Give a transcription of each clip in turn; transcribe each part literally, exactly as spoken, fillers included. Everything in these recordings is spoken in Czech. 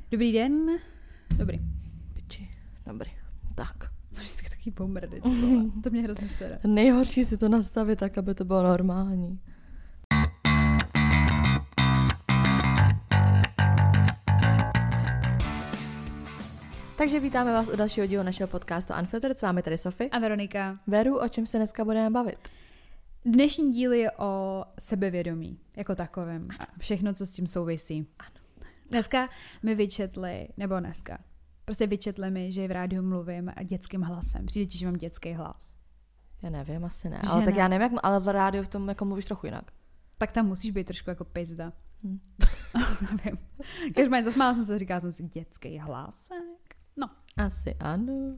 Dobrý den. Dobrý. Piči. Dobrý. Tak. Vždycky takový bomrdy. To mě hrozně sere. Nejhorší si to nastavit tak, aby to bylo normální. Takže vítáme vás u dalšího dílu našeho podcastu Unfiltered. S vámi tady Sofie. A Veronika. Veru, o čem se dneska budeme bavit? Dnešní díl je o sebevědomí jako takovém. A všechno, co s tím souvisí. Ano. Dneska mi vyčetli, nebo dneska, prostě vyčetli mi, že v rádiu mluvím dětským hlasem. Přijde ti, že mám dětský hlas. Já nevím, asi ne. Že Ale tak ne. já nevím, jak, ale v rádiu v tom jako mluvíš trochu jinak. Tak tam musíš být trošku jako pizda. Hm. Nevím. Každopádně zasmála jsem se, říkala jsem si dětský hlasek. No. Asi ano.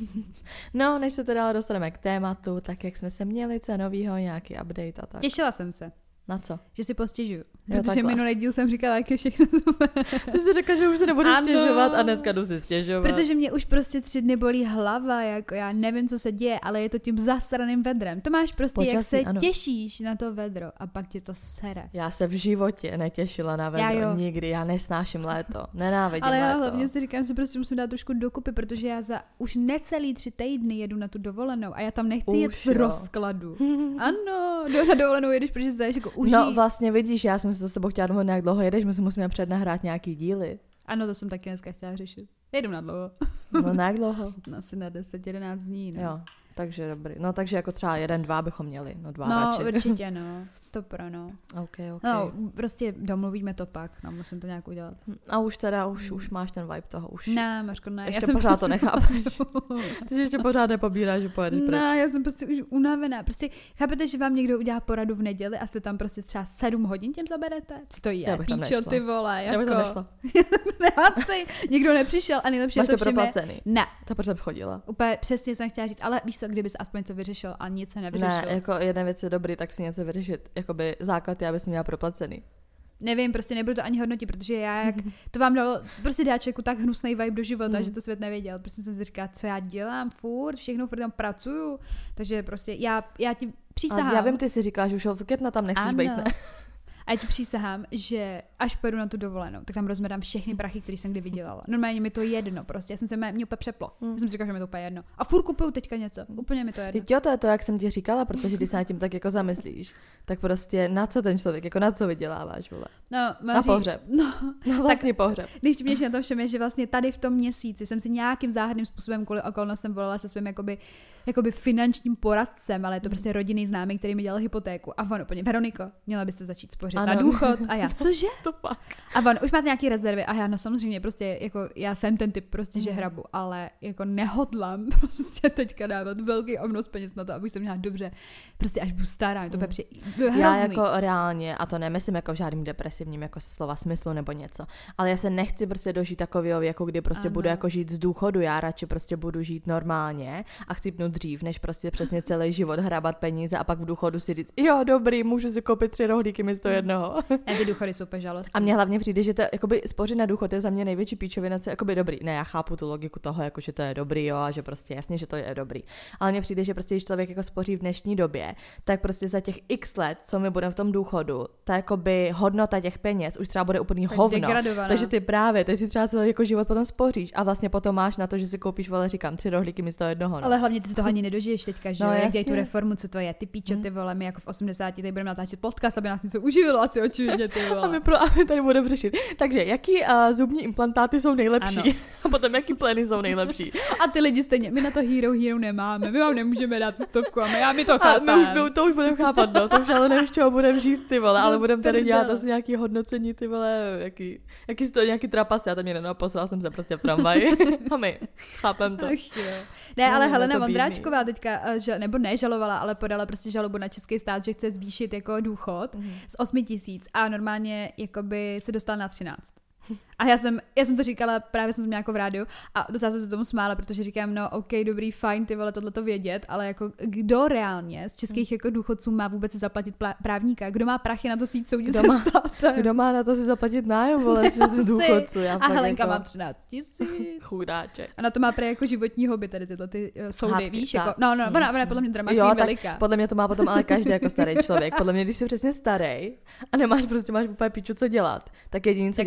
No, než se teda dostaneme k tématu, tak jak jsme se měli, co je novýho, nějaký update a tak. Těšila jsem se. Na co? Že si postěžuju. Jo, Protože takhle. minulý díl jsem říkala, jak je všechno super. Ty jsi řekla, že už se nebudu Ano. stěžovat a dneska jdu si stěžovat. Protože mě už prostě tři dny bolí hlava, jako já nevím, co se děje, ale je to tím zasraným vedrem. To máš prostě, Počasí, jak se ano. těšíš na to vedro a pak tě to sere. Já se v životě netěšila na Já vedro, jo. nikdy, já nesnáším léto, nenávidím Ale já léto. hlavně si říkám, že si prostě musím dát trošku dokupy, protože já za už necelý tři týdny jedu na tu dovolenou a já tam nechci Už jet v jo. rozkladu. Ano, do, na dovolenou jedeš, protože se jdeš jako užít. No vlastně vidíš, já jsem si to s tebou chtěla domluvit, jak dlouho jedeš, my si musíme přednahrát nějaký díly. Ano, to jsem taky dneska chtěla řešit. Jedu na dlouho. No na jak dlouho? Asi na deset jedenáct dní, ne? Jo, takže dobrý. No takže jako třeba jeden, dva bychom měli, no dva No, radši. určitě, no. Stopro, no. Ok, ok. No, prostě domluvíme to pak, no, musím to nějak udělat. A už teda, už, už máš ten vibe toho, už Ne, Mařko, ne. ještě já jsem pořád to prostě- nechápeš. Ty si ještě pořád nepobíráš, že pojedeš pryč. Ne, já jsem prostě už unavená. Prostě chápete, že vám někdo udělá poradu v neděli a jste tam prostě třeba sedm hodin těm zaberete? Co to je? Já bych tam Píčo, nešla. ty vole, jako... Já bych tam nešla. Ne, asi. Nikdo nepřišel a nejlepší Máš je to to všem je- proplacený. Ne, To proč jsem chodila? úplně přesně jsem chtěla říct, ale víš co, kdyby se aspoň něco vyřešil a nic se nevyřešil. Ne, jako jedna věc je dobrý, tak si něco vyřešit. Jakoby základ je, abys měla proplacený. Nevím, prostě nebudu to ani hodnotit, protože já jak to vám dalo, prostě dá člověku tak hnusný vibe do života, Mm. že to svět nevěděl. Prostě jsem si říkala, co já dělám, furt, všechno furt tam pracuju, takže prostě já, já ti přísahám. Ale já vím, ty si říkáš, že už od května tam nechceš Ano. být, ne? A já ti přísahám, že až pojedu na tu dovolenou, tak tam rozmedám všechny prachy, které jsem kdy vydělala. Normálně mi to jedno, prostě. Já jsem se mě úplně přeplo. Hmm. Já jsem si říkala, že mi to úplně jedno. A furt kupuju teďka něco. Úplně mi to jedno. Teď jo, to je to, jak jsem ti říkala, protože když se nad tím tak jako zamyslíš, tak prostě na co ten člověk, jako na co vyděláváš, vole? No, Na Maří, pohřeb. No, No vlastně pohřeb. když mě na tom všem je, že vlastně tady v tom měsíci jsem si nějakým záhadným způsobem kvůli okolnostem volala se svým jakoby, jakoby finančním poradcem, ale je to prostě rodinný známý, který mi dělal hypotéku. A on úplně, Veroniko, měla byste začít spořit Ano. na důchod. A já, cože? To fakt. A on, už máte nějaký rezervy? A já, no samozřejmě, prostě, jako já jsem ten typ prostě, že Mhm. hrabu, ale jako nehodlám prostě teďka dávat velký obnos peněz na to, abych se měla dobře, prostě až budu stará, to bude při... hrozný. Já jako reálně, a to nemyslím jako v žádným depresivním jako slova smyslu nebo něco, ale já se nechci prostě dožít takového, jako kdy prostě Ano. budu jako žít z důchodu, já radši prostě budu žít normálně a chcípnu dřív, než prostě přesně celý život hrabat peníze a pak v důchodu si říct, jo dobrý, můžu si koupit tři rohlíky místo jednoho. Ne, ty důchody jsou úplně žalostné. A mně hlavně přijde, že to jakoby spořit na důchod je za mě největší píčovina, co je jakoby dobrý. Ne, já chápu tu logiku toho, jako že to je dobrý, jo, a že prostě jasně, že to je dobrý. Ale mně přijde, že prostě když člověk jako spoří v dnešní době, tak prostě za těch x let, co my budeme v tom důchodu, ta jakoby hodnota těch peněz už třeba bude úplný Tak hovno. degradovaná. Takže ty právě, ty si třeba celý jako život potom spoříš a vlastně potom máš na to, že si koupíš, vole, říkám, tři rohlíky místo jednoho. No. Ale hlavně ty si toho ani nedožiješ teďka, že No, jo, jak jasně. děj tu reformu, co to je, ty píčo, ty vole, my jako v osmdesáti tady budeme natáčet podcast, aby nás něco uživilo, asi očividně, ty A my, vole. pro, a my tady budeme řešit. Takže, jaký uh, zubní implantáty jsou nejlepší? Ano. A potom, jaký pleny jsou nejlepší? A ty lidi stejně, my na to hero hero nemáme, my vám nemůžeme dát tu stovku a my, já my to A chápeme. my, my to už budeme chápat, no, to už ale nevím, z čeho budeme žít, ty vole, ale No, budeme tady prdele. dělat asi nějaký hodnocení, ty vole, jaký, jaký to nějaký trapasy, já tam mě nenaposlala jsem se prostě v tramvaji a my, chápem to. Ach jo. Ne, No, ale je Helena to bídný. Vondráčková teďka, eh, že, nebo ne, žalovala, ale podala prostě žalobu na český stát, že chce zvýšit jako důchod Mhm. z osmi tisíc a normálně jakoby se dostala na třináct. A já jsem, já jsem to říkala, právě jsem to měla jako v rádiu a docela jsem se tomu smála, protože říkám, no ok, dobrý, fajn, ty vole, tohleto vědět, ale jako kdo reálně z českých jako důchodců má vůbec si zaplatit plá- právníka? Kdo má prachy na to si jít soudit Kdo se má- státem? Kdo má na to si zaplatit nájem, vole, z Asi. důchodců, já A fakt Helenka jako má třináct tisíc. chudáček. A na to má prý jako životní hobby, tady tyhle ty uh, soudy, Hádky, víš? tak. Jako, no, no, Hmm. ona, ona je podle mě dramatická Jo, tak veliká. podle mě to má potom ale každý jako starý člověk. Podle mě, když jsi přesně starý a nemáš prostě máš úplně piču co dělat, tak jediný, co Tak se děláš, je, že soudíš.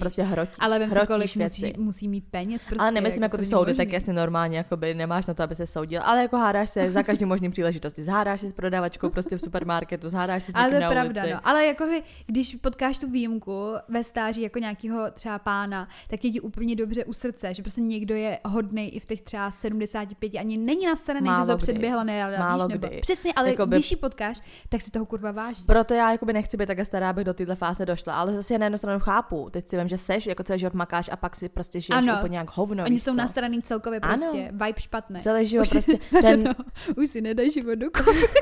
prostě hrotíš. Ale vem si, kolik věci. musí, musí mít peněz. Prostě, ale nemyslím jako, jako ty soudy, tak jasně normálně, jakoby nemáš na to, aby se soudil, ale jako hádáš se za každý možný příležitosti. Zhádáš si s prodavačkou prostě v supermarketu, zhádáš si s někým na pravda, ulici. No. Ale jako když potkáš tu výjimku ve stáří jako nějakého třeba pána, tak je ti úplně dobře u srdce, že prostě někdo je hodnej i v těch třeba sedmdesáti pěti, ani není nastavený, že to předběhla nejada, víš, nebo přesně, ale jakoby, když ji potkáš, tak si toho kurva vážíš. Proto já jakoby nechci být tak stará, abych do téhle fáze došla, ale zase na jednu stranu chápu. Teď si vím, že seš, jako celý život makáš a pak si prostě žiješ ano. úplně jak hovno. Oni jsou nastavený celkově prostě, ano. Vibe špatný. Celý život prostě. Ten... Už si nedej život do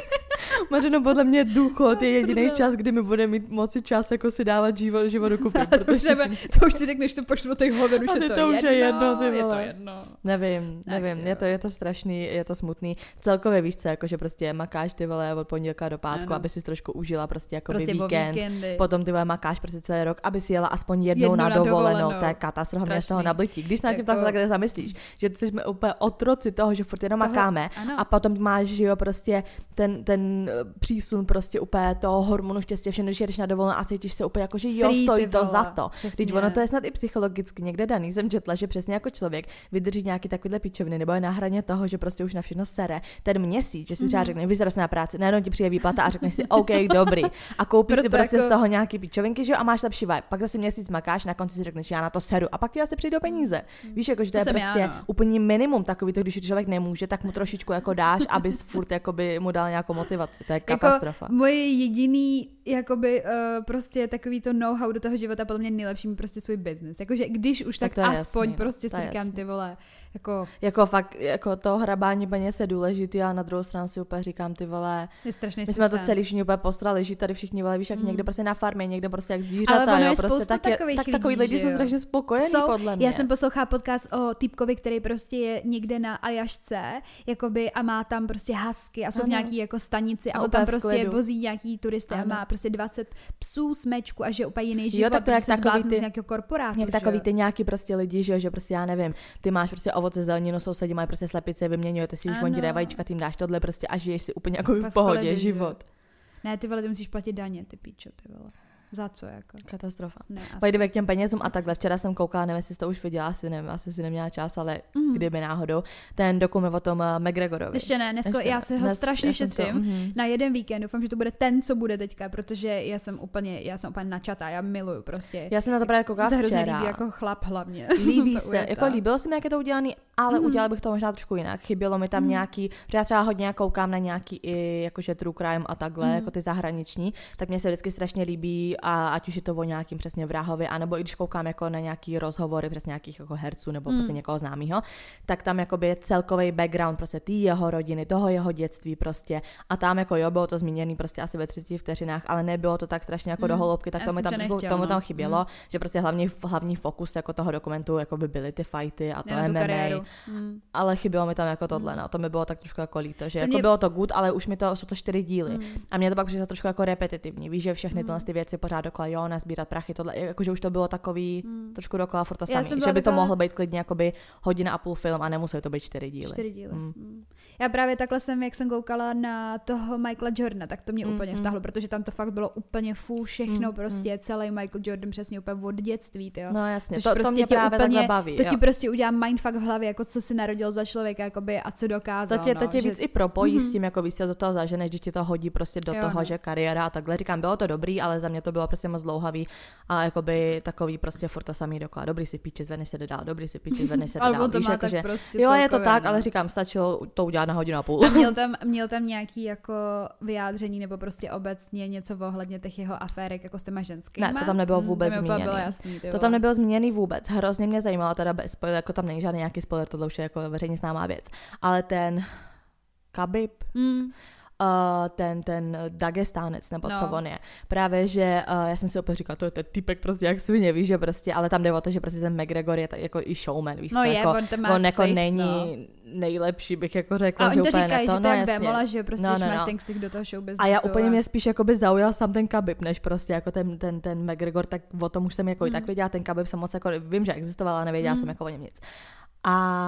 Mařeno, podle mě důchod je jediný čas, kdy mi bude mít moci čas jako si dávat život, život do kupy. Protože... to, už to už si řekneš, to pošlu těch hovin, už je to, to už jedno, je jedno, ty je to jedno. Nevím, nevím, tak, je to, je to strašný, je to smutný. Celkově víš co, jako že prostě makáš ty vole od pondělka do pátku, ano. aby si trošku užila prostě jako prostě víkend. Potom ty vole makáš prostě celý rok, aby si jela aspoň jednou, jednou na dovolenou. To je katastrofa, mě z toho nablití. Když se na tím jako... takhle zamyslíš, že ty jsme úplně otroci toho, že furt jenom toho... makáme ano. a potom máš, že jo, prostě ten, ten přísun prostě úplně toho hormonu štěstí, všechno, když jedeš na dovolenou a cítíš se úplně jako, že jo, Free, stojí to za to. Teď ono to je snad i psychologicky někde daný. Jsem četla, že přesně jako člověk vydrží nějaký takovýhle pičoviny nebo je na hraně toho, že prostě už na všechno sere. Ten měsíc, že si třeba řekne, vyzereš na práci, najednou ti přijde výplata a řekneš si, OK, dobrý. A koupíš si prostě jako... z toho nějaký pičovinky, že jo, a máš lepší vibe. Pak zase měsíc makáš, na konci si řekneš, já na to seru a pak ti zase přijdou peníze. Víš, jako, že to, to je prostě já, no. úplně minimum takový, to, když člověk nemůže, tak mu trošičku jako dáš, aby furt jakoby mu dal nějakou motivaci. To je katastrofa. Jako moje jediný jakoby uh, prostě takový to know-how do toho života podle mě nejlepší mi prostě svůj business. Jakože když už tak, tak aspoň jasný, prostě si říkám jasný. Ty vole, jako... Jako fakt, jako to hrabání peněz je důležitý, ale na druhou stranu si úplně říkám ty vole, je strašný my jsme to celý všichni úplně postrali, že tady všichni vole, víš, jak mm. někde prostě na farmě, někde prostě jak zvířata, ale ono jo, je prostě tak, je, tak takový lidi jsou strašně spokojení jsou, podle mě. Já jsem poslouchala podcast o týpkovi, který prostě je někde na Aljašce, jakoby a má tam prostě hasky a jsou v nějaký jako stanici a, a on tam prostě vozí nějaký turisty a má prostě dvacet psů, smečku a že úplně jiný život, jo, tak to jak se takový ty, z nějakého korporátu. Jak takový ty nějaký prostě lidi, že, že prostě já nevím, ty máš prostě ovoce, zeleninu, sousedí mají prostě slepice, vyměňujete si, už oni dají vajíčka, tím dáš tohle prostě a žiješ si úplně jako v pohodě klidu, život. Ne, ty vole, ty musíš platit daně, ty píčo, ty vole. Za co jako? Katastrofa. Pojďme k těm penězům a takhle. Včera jsem koukala, nevím, jestli jsi to už viděla, asi nevím, asi si neměla čas, ale mm. kdyby náhodou, ten dokument o tom McGregorovi. Ještě ne, dneska Ještě já se ho dnes, strašně šetřím to, mm. na jeden víkend. Doufám, že to bude ten, co bude teďka, protože já jsem úplně, já jsem úplně načatá, já miluju prostě. Já jsem na to právě koukala včera. Se hrozně líbí jako chlap hlavně. Líbí se, jako líbilo se mi, jak je to udělaný, ale mm. udělala bych to možná trošku jinak. Chybělo mi tam mm. nějaký, protože já třeba hodně koukám na nějaký i jakože true crime a takhle, mm. jako ty zahraniční, tak mě se vždycky strašně líbí a ať už je to o nějakým přesně vrahovi, anebo i když koukám jako na nějaký rozhovory přes nějakých jako herců nebo mm. prostě někoho známého, tak tam jakoby je celkový background prostě té jeho rodiny, toho jeho dětství prostě a tam jako jo, bylo to zmíněný prostě asi ve třiceti vteřinách, ale nebylo to tak strašně jako mm. do hloubky, tak to mi tam, nechtěl, tomu tam chybělo, mm. že prostě hlavní, hlavní fokus jako toho dokumentu jako by byly ty fighty a to M M A, mm. ale chybělo mi tam jako tohle, mm. no, to mi bylo tak trošku jako líto, že to jako mě... bylo to good, ale už mi to, jsou to čtyři díly mm. a mě to pak přišlo trošku jako repetitivní, víš, že všechny mm. tyhle ty věci pořád dokola, jo, sbírat prachy, tohle, jakože už to bylo takový hmm. trošku dokola furt to samý, že by taková... to mohlo být klidně jakoby hodina a půl film a nemuselo to být čtyři díly. Čtyři díly. Hmm. Hmm. Já právě takhle jsem, jak jsem koukala na toho Michaela Jordana, tak to mě hmm. úplně vtahlo, protože tam to fakt bylo úplně full všechno, hmm. prostě celý Michael Jordan přesně úplně od dětství, tyjo. No jasně, což to, prostě to mě právě úplně, takhle baví. To jo. ti prostě udělá mindfuck v hlavě, jako co si narodil za člověka, jakoby a co dokázal. To tě, no, to tě že... víc i propojí hmm. s tím, jako víc do toho zaženeš, když ti to hodí prostě do jo, toho, no. že kariéra a takhle. Říkám, bylo to dobrý, ale za mě to bylo prostě moc dlouhavý a jakoby takový prostě furt to samý dokola. Dobrý si píči, zvedneš se dál, dobrý si píči, zvedneš se dál. Víš, jako, že... prostě jo, je to tak, no. ale říkám, stačilo to udělat na hodinu a půl. A měl tam, měl tam nějaký jako vyjádření nebo prostě obecně něco ohledně těch jeho aférek jako s těma ženskýma? Ne, to tam nebylo vůbec hmm, zmíněný. Jasný, to tam nebylo zmíněný vůbec. Hrozně mě zajímalo, teda bez spoiler, jako tam není žádný nějaký spoiler, tohle už je jako veřejně známá věc. Ale ten Khabib, hmm. Uh, ten, ten Dagestánec, nebo no. co on je. Právě, že uh, já jsem si opět říkala, to je ten typek prostě jak svině, víš, že prostě, ale tam jde o to, že prostě ten McGregor je tak jako i showman, víš no co, je, jako, on, on jako safe, není no. nejlepší, bych jako řekla, a že oni to úplně říkají, ne to, že to no, jak jasně. Bémola, že prostě, no, no, máš no. ten ksich do toho showbiznesu. A já úplně a... mě spíš jakoby zaujal sám ten Khabib, než prostě jako ten, ten, ten McGregor, tak o tom už jsem jako hmm. i tak věděla, ten Khabib jsem moc jako, vím, že existoval, ale nevěděla hmm. jsem jako o něm nic. A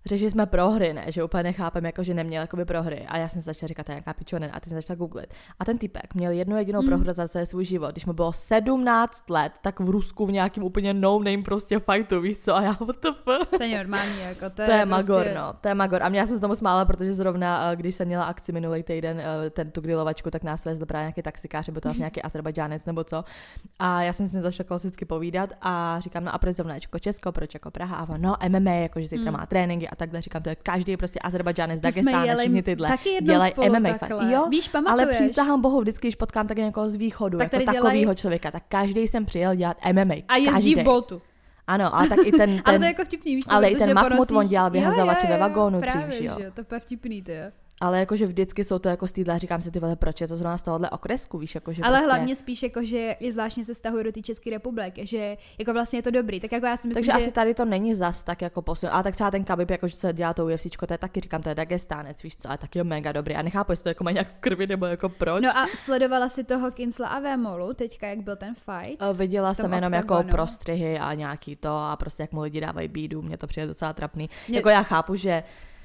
řešili jsme prohry, ne, že úplně nechápem, jako že neměl jakoby prohry. A já jsem se začala říkat, to je nějaká pičovina, a ty jsem začala googlit. A ten týpek měl jednu jedinou mm. prohru za celý svůj život. Když mu bylo sedmnáct let, tak v Rusku v nějakým úplně no name prostě fightu, víš co? A já what the fuck? To je normální, jako to je, to je prostě... magor, no, to je magor. A mě já jsem se tomu smála, protože zrovna, když jsem měla akci minulý týden, ten tu grilovačku, tak nás vezl právě nějaký taxikář, nebo to asi nějaký Azerbajdžánec nebo co. A já jsem si začala klasicky povídat a říkám, no a proč zrovna jako Česko, proč jako Praha? A on, no M M A, jakože zítra mm. má tréninky a takhle. Říkám, to je každý prostě Azerbajdžánec, Dagestáne, všichni tyhle dělají M M A fight. Jo, víš, ale přísahám bohu, vždycky, když potkám tak někoho z východu, tak jako takovýho dělaj... člověka, tak každý jsem přijel dělat M M A. A jezdí v Boltu. Ano, ale tak i ten, ten ale to je jako vtipný, víš co, ale i ten Mahmud, nocích... on dělal vyhazovače ve vagónu právě, dřív, jo. Že, to je vtipný, to je. Ale jakože vždycky jsou to jako stýdla, říkám si ty vole, proč je to zrovna z tohohle okresku, víš, jakože ale prostě... hlavně spíš jako, že je zvláštně se stahuje do té České republiky, že jako vlastně je to dobrý, tak jako já si myslím, takže že... asi tady to není zas tak jako posun, ale tak třeba ten Khabib, jakože se dělá to UFCčko, to je taky, říkám, to je Dagestánec, víš co, ale taky je mega dobrý a nechápu, jestli to jako má nějak v krvi nebo jako proč. No a sledovala si toho Kincla a Vémolu teďka, jak byl ten fight? O, viděla jsem jenom oktagonu. jako prostřihy a nějaký to a prostě jak mu lidi dávají bídu, mě to přijde docela trapný. Mě... Jako já chápu, že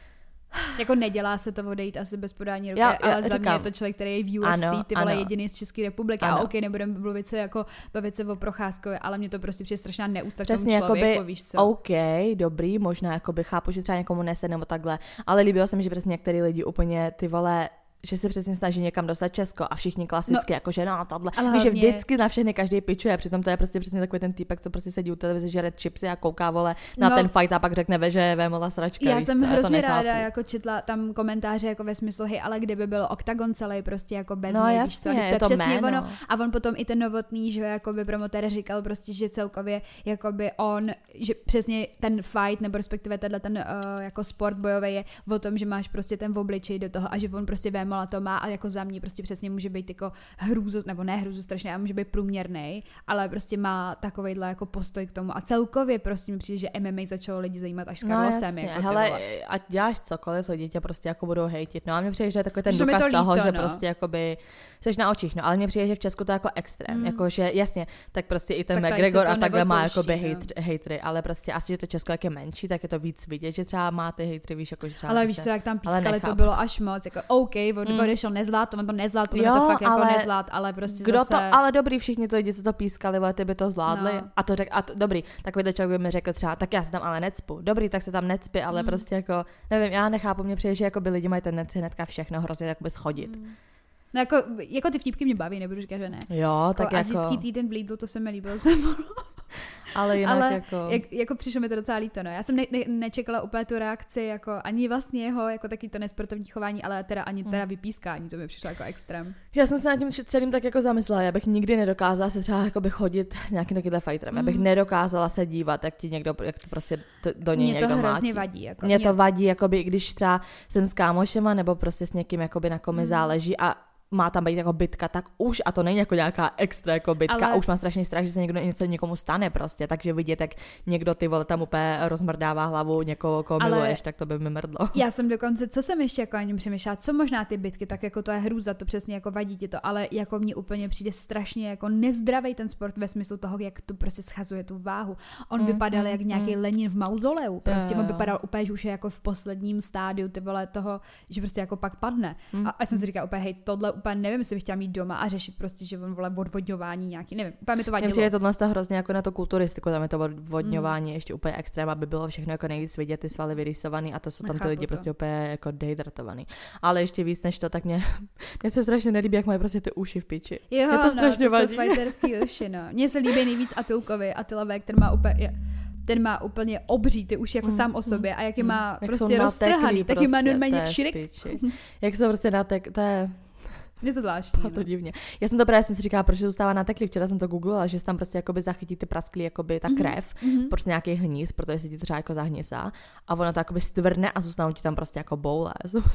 jako nedělá se to odejít asi bez podání ruky, já, já, ale za říkám, mě je to člověk, který je v U F C, ano, ty vole ano. jediný z České republiky. Ano. A ok, nebudeme mluvit se jako bavit se o Procházkovi, ale mě to prostě přijde strašná neústa k tomu přesně, člověku, jakoby, víš co. OK, dobrý, možná jakoby chápu, že třeba někomu nese nebo takhle, ale líbilo se mi, že přesně některý lidi úplně ty vole, že se přesně snaží někam dostat Česko a všichni klasicky, no, jakože no, tohle. Víš, že vždycky na všechny každý pičuje, přitom to je prostě přesně takový ten týpek, co prostě sedí u televize, žere chipsy a kouká vole na no, ten fight a pak řekne, ve, že je Vémola sračka. Já víš, jsem co, hrozně ráda jako četla tam komentáře jako ve smyslu, hej, ale kdyby byl oktagon celý prostě jako bez no, něj, jasně, víš co, to je to přesně jméno. ono. A on potom i ten Novotný, že jakoby promotér říkal prostě, že celkově jakoby on, že přesně ten fight, nebo respektive tenhle ten uh, jako sport bojový je o tom, že máš prostě ten obličej do toho a že on prostě Vémola to má a jako za mě prostě přesně může být jako hrůzu, nebo ne hrůzu strašně, ale může být průměrnej, ale prostě má takovejhle jako postoj k tomu a celkově prostě mi přijde, že M M A začalo lidi zajímat až s Carlosem. No jako hele, ať děláš cokoliv, lidi tě prostě jako budou hejtit, no a mně přijde, že je takový ten že důkaz líto, toho, no. že prostě jakoby seš na očích, no ale mně přijde, že v Česku to je jako extrém, mm. jako že jasně, tak prostě i ten tak McGregor a takhle má jakoby no. hejtry, hejtry, ale prostě asi, že to Česko jak je menší, tak je to víc vidět, že třeba má ty hejtry, víš, jako že třeba ale víš co, jak tam pískali, to bylo až moc, jako OK, on mm. odešel nezvlád, on to nezvlád, on to fakt ale jako nezvlád, ale prostě kdo zase... to, ale dobrý, všichni ty lidi, co to pískali, ale ty by to zvládli no. a to řek, a to, dobrý, takový člověk by mi řekl třeba, tak já se tam ale necpu, dobrý, tak se tam necpi, ale mm. prostě jako, nevím, já nechápu, mě přijde, že jako by lidi mají tendenci hnedka všechno hrozně jakoby schodit. Mm. No jako, jako ty vtipky mě baví, nebudu říkat, že ne. Jo, tak jako... Asijský týden v Lidlu, to se mi líbilo s Vémolou. Ale jinak ale jako... Jak, jako přišlo mi to docela líto, no. Já jsem ne, ne, nečekala úplně tu reakci, jako ani vlastně jeho, jako taky to nesportovní chování, ale teda ani teda vypískání, to mi přišlo jako extrém. Já jsem se nad tím celým tak jako zamyslela, já bych nikdy nedokázala se třeba jako by chodit s nějakým takovýmhle fighterem, mm. já bych nedokázala se dívat, jak ti někdo, jak to prostě to, do něj mě někdo to hrozně mlátí. vadí. Jako mě mě to vadí, jakoby, když třeba jsem s kámošema nebo prostě s někým, jakoby, na komi mm. záleží a má tam být jako bitka, tak už, a to není jako nějaká extra jako bitka, ale... a už mám strašný strach, že se někdo něco někomu stane prostě, takže vidět, jak někdo ty vole tam úplně rozmrdává hlavu někoho, koho ale... miluješ, tak to by mi mrdlo. Já jsem dokonce, co jsem ještě jako ani přemýšlela, co možná ty bitky, tak jako to je hrůza, to přesně jako vadí ti to, ale jako mně úplně přijde strašně jako nezdravý ten sport ve smyslu toho, jak to prostě schazuje tu váhu. On mm, vypadal mm, jak nějaký mm. Lenin v mauzoleu, prostě on vypadal úplně, že už je jako v posledním stádiu ty vole toho, že prostě jako pak padne. Mm, a já jsem si říkala úplně, hej, tohle úplně nevím, jestli bych chtěla mít doma a řešit prostě, že on vole odvodňování nějaký, nevím, úplně mi to vadilo. Mně tohle je hrozně jako na to kulturistiku, tam je to odvodňování mm. ještě úplně extrém, aby bylo všechno jako nejvíc vidět, ty svaly vyrýsovaný a to jsou tam Nechápu ty lidi to. prostě úplně jako dehydratovaný. Ale ještě víc než to, tak mě, mě se strašně nelíbí, jak mají prostě ty uši v piči. Jo, mě to no, strašně to vadí. jsou fighterský uši, no. Mně se líbí nejvíc Atulkovi, Attila Vek, ten má úplně... Je. Ten má úplně obří ty uši jako mm, sám o sobě a jak je má mm, prostě roztrhaný, tak je má normálně širek. Jak jsou prostě natek, to je... Je to zvláštní. To divně. Já jsem to právě jsem si říkala, proč zůstává nateklý. Včera jsem to googlila, že se tam prostě jakoby zachytí ty prasklý, jakoby ta krev, mm-hmm. prostě nějaký hníz, protože se ti to třeba jako zahnisá a ono to jakoby stvrdne a zůstanou ti tam prostě jako boule.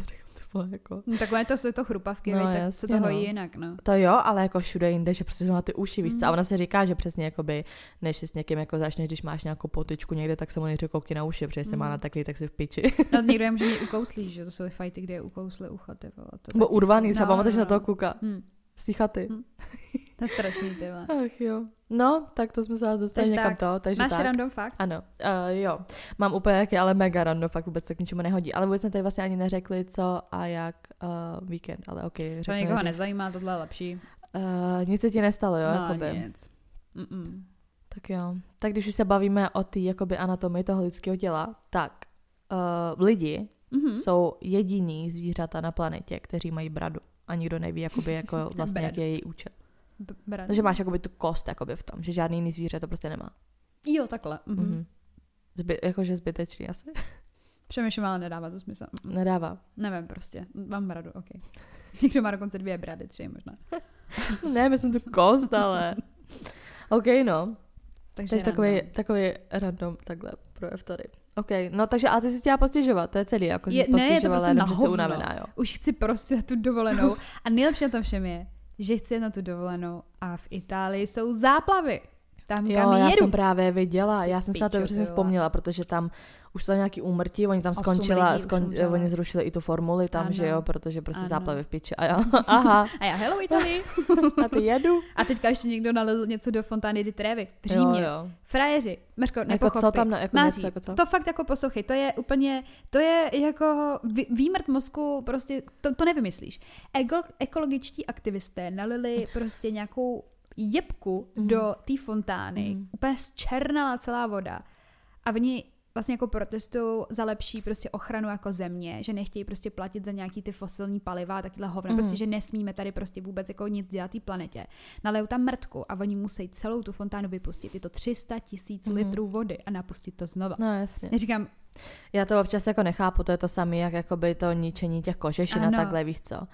Jako... No, takové to jsou to chrupavky, no, tak jasně, se to hojí no. jinak, no. To jo, ale jako všude jinde, že prostě jsou na ty uši, víš co? A ona se říká, že přesně jakoby, než si s někým jako začneš, když máš nějakou potyčku někde, tak se mu nejdřív koukni na uši, protože se mm. má nateklý, tak si v piči. No někdo je může mít ukouslí, že to jsou fighty, kde je ukously ucha, ty vole. Bo urvaný, třeba pamatuješ na toho kluka. Mm. Z té chaty. Hmm. To je strašný, ty vole. Ach jo. No, tak to jsme se vás dostali Takže někam tak. to. Takže Máš tak. random fakt? Ano, uh, jo. Mám úplně jaký, ale mega random fakt, vůbec to k ničemu nehodí. Ale vůbec jsme tady vlastně ani neřekli, co a jak uh, víkend, ale ok. To někoho nezajímá, tohle je lepší. Uh, nic se ti nestalo, jo? No, jakoby. nic. Mm-mm. Tak jo. Tak když už se bavíme o té jakoby anatomii toho lidského těla, tak uh, lidi mm-hmm. jsou jediní zvířata na planetě, kteří mají bradu. A nikdo neví, jakoby, jako vlastně, jaký je její účel. B- Takže máš jakoby tu kost jakoby v tom, že žádný jiný zvíře to prostě nemá. Jo, takhle. Mm-hmm. Mm-hmm. Zby, jakože zbytečný asi. Přemýšlím, ale nedává to smysl. Mm-mm. Nedává. Nevím prostě. Mám bradu, ok. Někdo má dokonce dvě brady, tři možná. Ne, myslím tu kost, ale... ok, no. Takže, takže takový, takový random takhle projev tady. OK, no takže a ty si chtěla postěžovat, to je celý, jako že jsi postěžovala, jenom že jsi unavená, jo. Už chci prostě na tu dovolenou a nejlepší na tom všem je, že chci na tu dovolenou a v Itálii jsou záplavy. Tam jo, kam já jedu. jsem právě viděla, já jsem Pičo, se na to přesně vzpomněla, protože tam už to nějaký úmrtí, oni tam skončila, skon, oni zrušili i tu formuli tam, ano. Že jo, protože prostě ano. Záplavy v piči. A já, aha. A já, hello Itálii. A ty jedu. A teďka ještě někdo nalil něco do fontány di Trevi. V Římě. Jo, jo. Frajeři. Mařko, nepochopí. Jako co tam, jako Máří, něco, jako co? To fakt jako poslouchej, to je úplně, to je jako vý, výmrt mozku, prostě to, to nevymyslíš. Ego, ekologičtí aktivisté nalili prostě nějakou jebku mm. do té fontány. Mm. Úplně zčernala celá voda. A oni vlastně jako protestují za lepší prostě ochranu jako země, že nechtějí prostě platit za nějaký ty fosilní paliva a takyhle hovna, mm. prostě, že nesmíme tady prostě vůbec jako nic dělat té planetě. Nalejou tam mrtku a oni musí celou tu fontánu vypustit. Je to tři sta tisíc mm. litrů vody a napustit to znova. No jasně. Já říkám, já to občas jako nechápu, to je to samé, jak jakoby to ničení těch kožešin a takhle, víš co.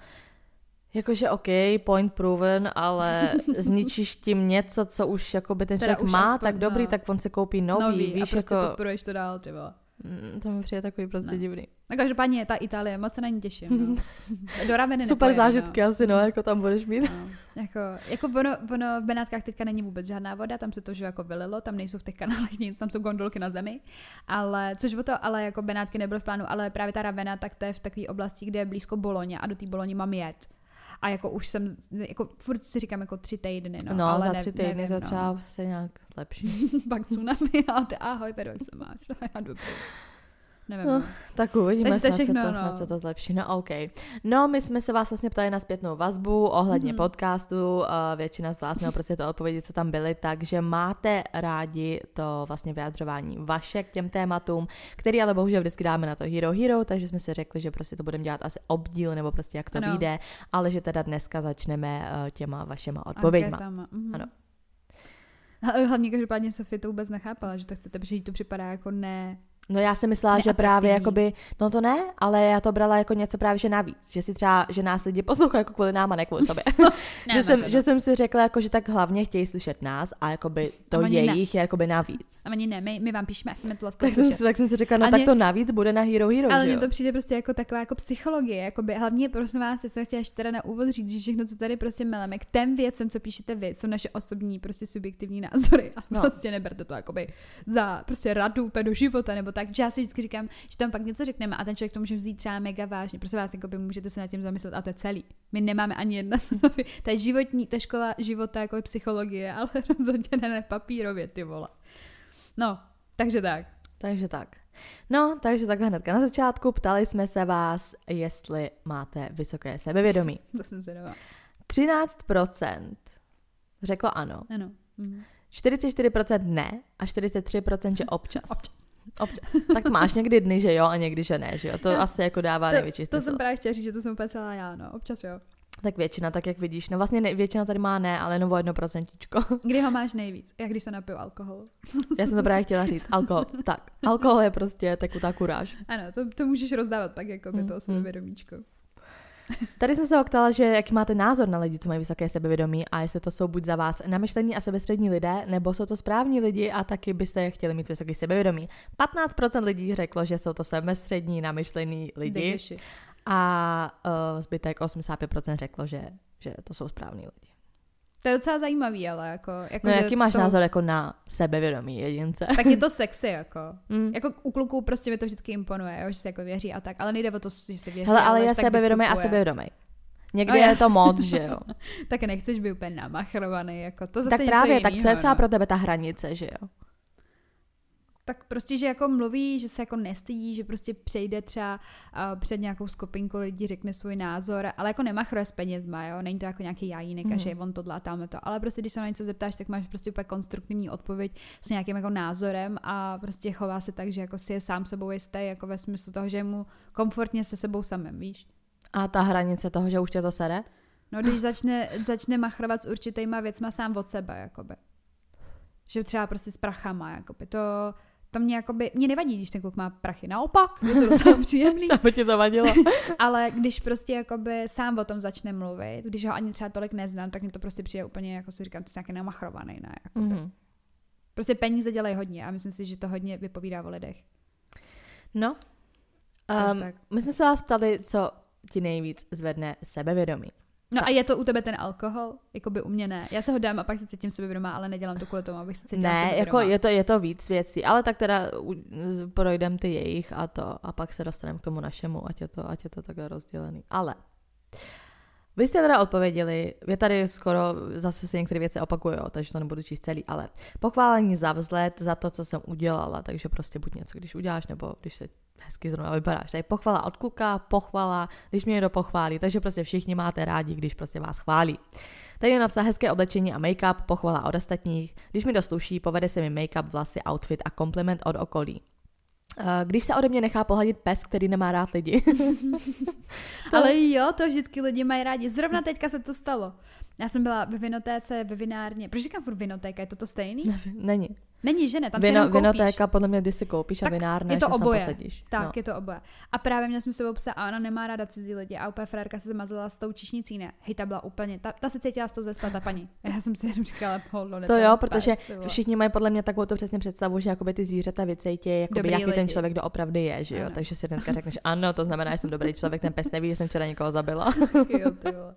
Jakože OK, point proven, ale zničíš tím něco, co už jakoby ten člověk má, aspoň, tak dobrý, no. Tak on se koupí nový, nový víš, a prostě jako... podporuješ to dál, ty vole. Mm, to mi přijde takový prostě no. divný. No každopádně ta Itálie, moc se na ní těším, no. Do Raveny super nepojem, zážitky no. asi, no, jako tam budeš mít. No. Jako, jako ono, ono v Benátkách teďka není vůbec žádná voda, tam se to že jako vylilo, tam nejsou v těch kanálech nic, tam jsou gondolky na zemi, ale což o to, ale jako Benátky nebyly v plánu, ale právě ta Ravena, tak to je v takové oblasti, kde je blízko Boloně a do té Boloni mám jet. A jako už jsem, jako furt si říkám jako tři týdny, no. No, ale za ne, tři týdny nevím, to no. třeba se nějak zlepší. Pak tsunami a ty ahoj, Pedro, jak se máš? Já dobrý. Nevím. No, tak uvidíme, Takže snad, všechno, se to, no. snad se to zlepší. No OK. No, my jsme se vás vlastně ptali na zpětnou vazbu ohledně mm-hmm. podcastu. Uh, většina z vás měla prostě to odpovědi, co tam byly, takže máte rádi to vlastně vyjadřování vaše k těm tématům, který ale bohužel vždycky dáme na to Hero Hero, takže jsme si řekli, že prostě to budeme dělat asi obdíl, nebo prostě jak to ano. vyjde, ale že teda dneska začneme uh, těma vašema odpověďma. Mm-hmm. Ano. Hlavně každopádně Sofie to vůbec nechápala, že to chcete, protože jí to připadá jako ne... No já si myslela, že právě jakoby, no to ne, ale já to brala jako něco právě, že navíc, že si třeba, že nás lidi poslouchají jako kvůli nám a ne kvůli sobě. ne, že, jsem, že jsem si řekla, jako, že tak hlavně chtějí slyšet nás a jakoby to a jejich ne. je jakoby navíc. A oni ne, my, my vám píšeme a chceme to tak jsem, si, tak jsem si řekla, no ale tak mě, to navíc bude na Hero Hero, ale mně to přijde prostě jako taková jako psychologie, jakoby, hlavně prosím vás, jsem chtěla ještě teda na úvod říct, že všechno, co tady prostě meleme, k těm věcem, co píšete vy, jsou naše osobní prostě subjektivní názory a no. prostě neberte to jakoby za prostě radu úplně do života nebo tak, že já si vždycky říkám, že tam pak něco řekneme a ten člověk to může vzít třeba mega vážně. Prosím vás, jakoby můžete se nad tím zamyslet a to je celý. My nemáme ani jedna to je životní, to je škola života jako je psychologie, ale rozhodně ne, ne papírově, ty vole. No, takže tak. Takže tak. No, takže takhle hnedka na začátku ptali jsme se vás, jestli máte vysoké sebevědomí. To jsem se dala. třináct procent řeklo ano. Ano. Mhm. čtyřicet čtyři procent ne a čtyřicet tři procent že občas. Občas. Občas. Tak to máš někdy dny, že jo, a někdy, že ne, že jo. To já, asi jako dává to, největší smysl. To jsem právě chtěla říct, že to jsem úplně celá já, no. Občas jo. Tak většina, tak jak vidíš. No vlastně ne, většina tady má ne, ale jenom o jedno procentičko. Kdy ho máš nejvíc? Jak když se napiju alkohol? Já jsem to právě chtěla říct. Alkohol. Tak. Alkohol je prostě tekutá kuráž. Ano, to, to můžeš rozdávat pak jako by to mm, sebevědomíčko. Tady jsem se optala, že jaký máte názor na lidi, co mají vysoké sebevědomí a jestli to jsou buď za vás namyšlení a sebestřední lidé, nebo jsou to správní lidi a taky byste chtěli mít vysoké sebevědomí. patnáct procent lidí řeklo, že jsou to sebestřední, namyšlení lidi. Degeši. A uh, zbytek osmdesát pět procent řeklo, že, že to jsou správní lidi. To je docela zajímavý, ale jako... jako no jaký máš to... názor jako na sebevědomí jedince? Tak je to sexy, jako. Mm. Jako u kluků prostě mi to vždycky imponuje, jo, že se jako věří a tak, ale nejde o to, že se věří. Hele, ale, ale je sebevědomý a sebevědomý. Někdy no je to moc, že jo. Tak nechceš být úplně namachrovaný, jako to zase tak něco právě, jinýho, tak co je třeba no. pro tebe ta hranice, že jo? Tak prostě, že jako mluví, že se jako nestydí, že prostě přejde třeba uh, před nějakou skupinku lidí, řekne svůj názor, ale jako nemachruje s penězma, jo, není to jako nějaký jajínek mm. a že on tohle a tamhle to, ale prostě když se na něco zeptáš, tak máš prostě úplně konstruktivní odpověď s nějakým jako názorem a prostě chová se tak, že jako si je sám sebou jistý, jako ve smyslu toho, že je mu komfortně se sebou samým, víš. A ta hranice toho, že už tě to sere? No, když začne, začne machrovat s určitýma věcma sám od sebe, jakoby. Že třeba prostě s prachama, jakoby. To, to mě jakoby, mě nevadí, když ten kluk má prachy. Naopak, je to docela příjemný. To ti to vadilo. Ale když prostě jakoby sám o tom začne mluvit, když ho ani třeba tolik neznám, tak mi to prostě přijde úplně, jako si říkám, to je nějaký namachrovaný, ne? Jakoby. Mm-hmm. Prostě peníze dělají hodně a myslím si, že to hodně vypovídá o lidech. No, um, my jsme se vás ptali, co ti nejvíc zvedne sebevědomí. No tak. A je to u tebe ten alkohol? Jakoby u mě ne. Já se ho dám a pak se cítím sebevědomá, ale nedělám to kvůli tomu, abych se cítila Ne, sebevědomá. jako je to, je to víc věcí, ale tak teda projdem ty jejich a to a pak se dostaneme k tomu našemu, ať je to, ať je to takhle rozdělený. Ale vy jste teda odpověděli, je tady skoro, zase se některé věci opakují, takže to nebudu číst celý, ale pochválení za vzhled, za to, co jsem udělala, takže prostě buď něco, když uděláš, nebo když se hezky zrovna vypadáš. Tady pochvala od kluka, pochvala, když mě někdo pochválí, takže prostě všichni máte rádi, když prostě vás chválí. Tady je napsat hezké oblečení a make-up, pochvala od ostatních, když mi dosluší, povede se mi make-up, vlasy, outfit a kompliment od okolí. Když se ode mě nechá pohladit pes, který nemá rád lidi. to... Ale jo, to vždycky lidi mají rádi. Zrovna teďka se to stalo. Já jsem byla ve vinotéce, ve vinárně. Proč říkám furt vinotéka? Je to to stejný? Ne, není. Není, že ne? Tam Vino, se jenom koupíš. Vinotéka podle mě, když si koupíš tak a vinárna, je to že oboje. Tam posadíš. Tak, no. je to oboje. A právě měla jsme sebou psa a ona nemá ráda cizí lidi a úplně frérka se zamazala s tou čišnicí, ne. Hej, ta byla úplně, ta, ta se cítila s tou zespa, ta paní. Já jsem si jenom říkala, holno, ne. To jo, protože pes, všichni mají podle mě takovou to přesně představu, že jakoby ty zvířata vycejtějí, jakoby jaký lidi. Ten člověk doopravdy je, že jo. Ano. Takže si hnedka řekneš, ano, to znamená, že jsem dobrý člověk, ten pes neví, že jsem včera někoho zabila. Jo, ty vole.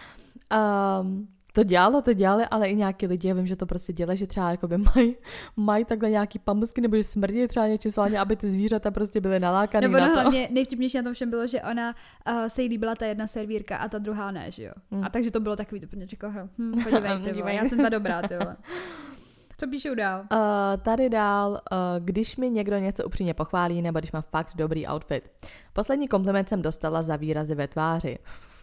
um, To dělalo, to dělali, ale i nějaký lidi, já vím, že to prostě dělají, že třeba jakoby mají maj takhle nějaký pamlsky, nebo že smrdí třeba něčím sválně, aby ty zvířata prostě byly nalákaný nebo na to. Nebo hlavně nejvtipnější na tom všem bylo, že ona uh, se jí líbila ta jedna servírka a ta druhá ne, že jo. Hmm. A takže to bylo takový, to plně čekal, hm, podívej, ty vole, já jsem ta dobrá, ty vole. Co píšou dál? Uh, tady dál, uh, když mi někdo něco upřímně pochválí, nebo když má fakt dobrý outfit. Poslední kompliment jsem dostala za výrazy ve tváři.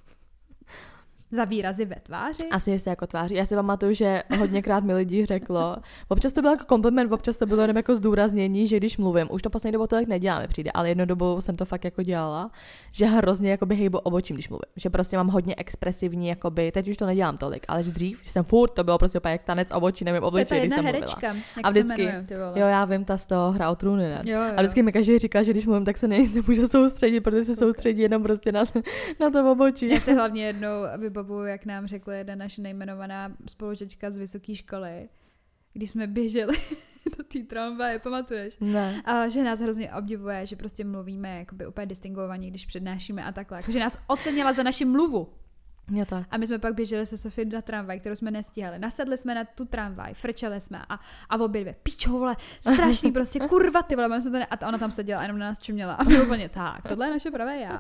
Za výrazy ve tváři? Asi jestli jako tváři. Já si pamatuju, že hodněkrát mi lidi řeklo, občas to bylo jako kompliment, občas to bylo jenom jako zdůraznění, že když mluvím, už to poslední dobou tolik neděláme přijde, ale jednou dobou jsem to fakt jako dělala, že hrozně jakoby hejbu obočím, když mluvím. Že prostě mám hodně expresivní, jakoby, teď už to nedělám tolik, ale dřív, že jsem furt, to bylo prostě jak tanec obočí, nevím, obličej, když jsem herečka, mluvila. A vždycky, jmenuje, jo, já vím, ta z toho Hra o trůny, ne? Jo, jo. A vždycky mi každý říká, že když mluvím, tak se nemůžu soustředit, protože se soustředí jenom prostě na, na to obočí. Já se hlavně jednou vybavuju, jak nám řekl jedna naše nejmenovaná spolužečka z vysoké školy, když jsme běželi do té tramvaje, pamatuješ? Ne. A že nás hrozně obdivuje, že prostě mluvíme jakoby úplně distingovaně, když přednášíme a takhle. Jako, že nás ocenila za naši mluvu. Jo, tak. A my jsme pak běželi se Sofie na tramvaj, kterou jsme nestíhali. Nasedli jsme na tu tramvaj, frčeli jsme a, a obě dvě, pičo, vole, strašný prostě, kurva, ty vole, to ne... a ona tam seděla a jenom na nás čuměla. A my úplně, tak, tohle je naše pravé já.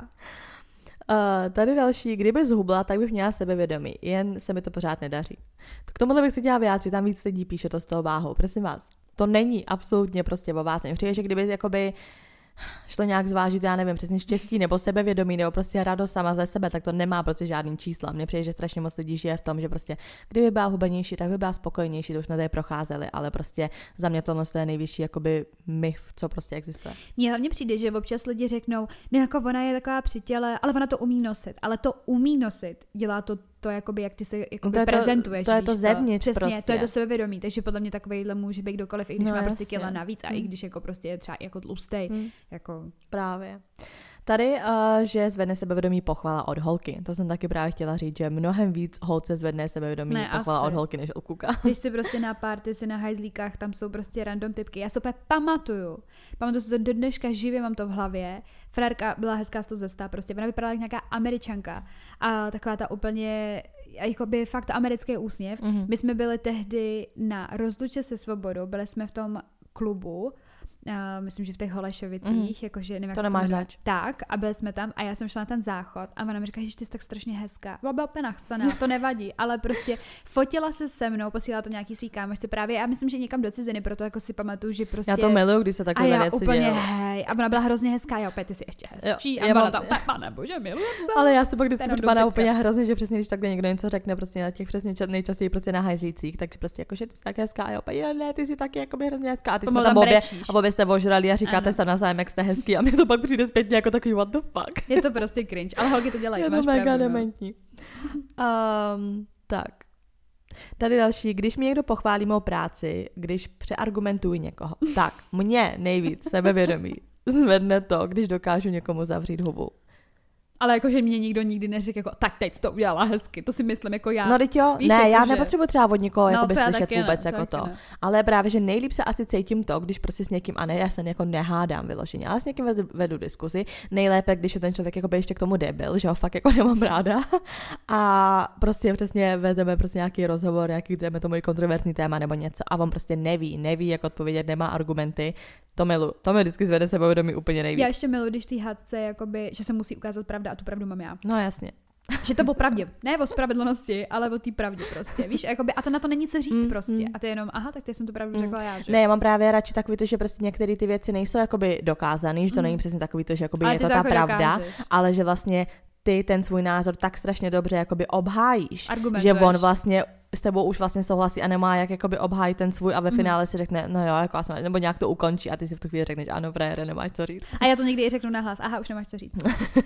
Uh, tady další, kdyby zhubla, tak bych měla sebevědomí, jen se mi to pořád nedaří. K tomuhle bych se chtěla vyjádřit, tam víc lidí píše to s tou váhou, prosím vás. To není absolutně prostě o vás. Nepřijde, že kdyby jakoby šlo nějak zvážit, já nevím, přesně štěstí nebo sebevědomí nebo prostě radost sama ze sebe, tak to nemá prostě žádný čísla. Mně přijde, že strašně moc lidí žije v tom, že prostě kdyby byla hubenější, tak by byla spokojnější, to už jsme tady procházeli, ale prostě za mě tohle je nejvyšší jakoby myth, co prostě existuje. Mně hlavně přijde, že občas lidi řeknou, no jako ona je taková při těle, ale ona to umí nosit, ale to umí nosit, dělá to to, jakoby, jak ty se jakoby to prezentuješ. To, to je to zevnitř Přesně, prostě. to je to sebevědomí, takže podle mě takovejhle může být kdokoliv, i když no, má jasně. prostě kila navíc a hmm. i když jako prostě je třeba jako tlustej. Hmm. Jako... Právě. Tady, uh, že zvedne sebevědomí pochvala od holky. To jsem taky právě chtěla říct, že mnohem víc holce zvedne sebevědomí ne, pochvala asi. od holky než od kluka. Když si prostě na party, si na hajzlíkách, tam jsou prostě random typky. Já si to úplně pamatuju. Pamatuju si to do dneška živě, mám to v hlavě. Frérka byla hezká z toho zesta, prostě ona vypadala jak nějaká Američanka. A taková ta úplně, jakoby fakt americký úsměv. Mm-hmm. My jsme byli tehdy na rozluče se Svobodou, byli jsme v tom klubu, uh, myslím, že v těch Holešovicích, mm. jakože nevím, to nemáš zač. Tak, a byli jsme tam a já jsem šla na ten záchod a ona mi říká, že ty jsi tak strašně hezká. Byla úplně nachcená, to nevadí, ale prostě fotila se se mnou, posílala to nějaký svý kámošce právě. Já myslím, že někam do ciziny, proto jako si pamatuju, že prostě. Já to miluju, když se takové věci úplně dějou. Hej, a ona byla hrozně hezká, já opět ty jsi ještě hezčí. Jo, a ona tam, pane bože, miluju. Ale já se pak vždycky připadá úplně hrozně, že přesně když takhle někdo něco řekne prostě na těch přesně nejčastěji prostě na hajzlících, takže prostě jako, že ty jsi tak hezká, a já opět, ne, ty jsi taky jako by hrozně hezká. A ty jsme tam obě, a obě jste ožrali a říkáte se navzájem, jak jste hezký, a mě to pak přijde zpětně jako takový what the fuck. Je to prostě cringe, ale holky to dělají. Je to mega dementní. Um, tak. Tady další, když mi někdo pochválí mou práci, když přeargumentuji někoho, tak mě nejvíc sebevědomí zvedne to, když dokážu někomu zavřít hubu. Ale jakože mě nikdo nikdy neřekl, jako, tak teď jsi to udělala hezky, to si myslím jako já. No teď jo, Víš, ne, jako, já že... nepotřebuji třeba od nikoho no, jako slyšet vůbec ne, jako to. Ne. Ale právě, že nejlíp se asi cítím to, když prostě s někým, a ne, já se jako nehádám vyloženě, ale s někým vedu, vedu diskuzi, nejlépe, když je ten člověk jako by ještě k tomu debil, že ho fakt jako nemám ráda. A prostě přesně vedeme prostě nějaký rozhovor, nějaký jdeme tomu kontroverzní téma nebo něco a on prostě neví, neví, jak odpovědět, nemá argumenty. To milu, to mi vždycky zvede sebevědomí úplně nejvíc. Já ještě miluji, když té hádce, jakoby, že se musí ukázat pravda a tu pravdu mám já. No jasně. Že to o pravdě, ne o spravedlnosti, ale o té pravdě prostě, víš, jakoby, a to na to není co říct mm, prostě, mm. a to je jenom, aha, tak ty jsem tu pravdu mm. řekla já, že? Ne, já mám právě radši takový to, že prostě některé ty věci nejsou jakoby dokázaný, že to mm. není přesně takový to, že jakoby je to, to ta jako pravda, dokážeš. Ale že vlastně ty ten svůj názor tak strašně dobře jakoby obhájíš, že on vlastně s tebou už vlastně souhlasí a nemá jak jakoby obhájit ten svůj a ve finále mm. si řekne, no jo, jako jsem, nebo nějak to ukončí a ty si v tu chvíli řekneš, ano, frére, nemáš co říct. A já to někdy i řeknu nahlas, aha, už nemáš co říct.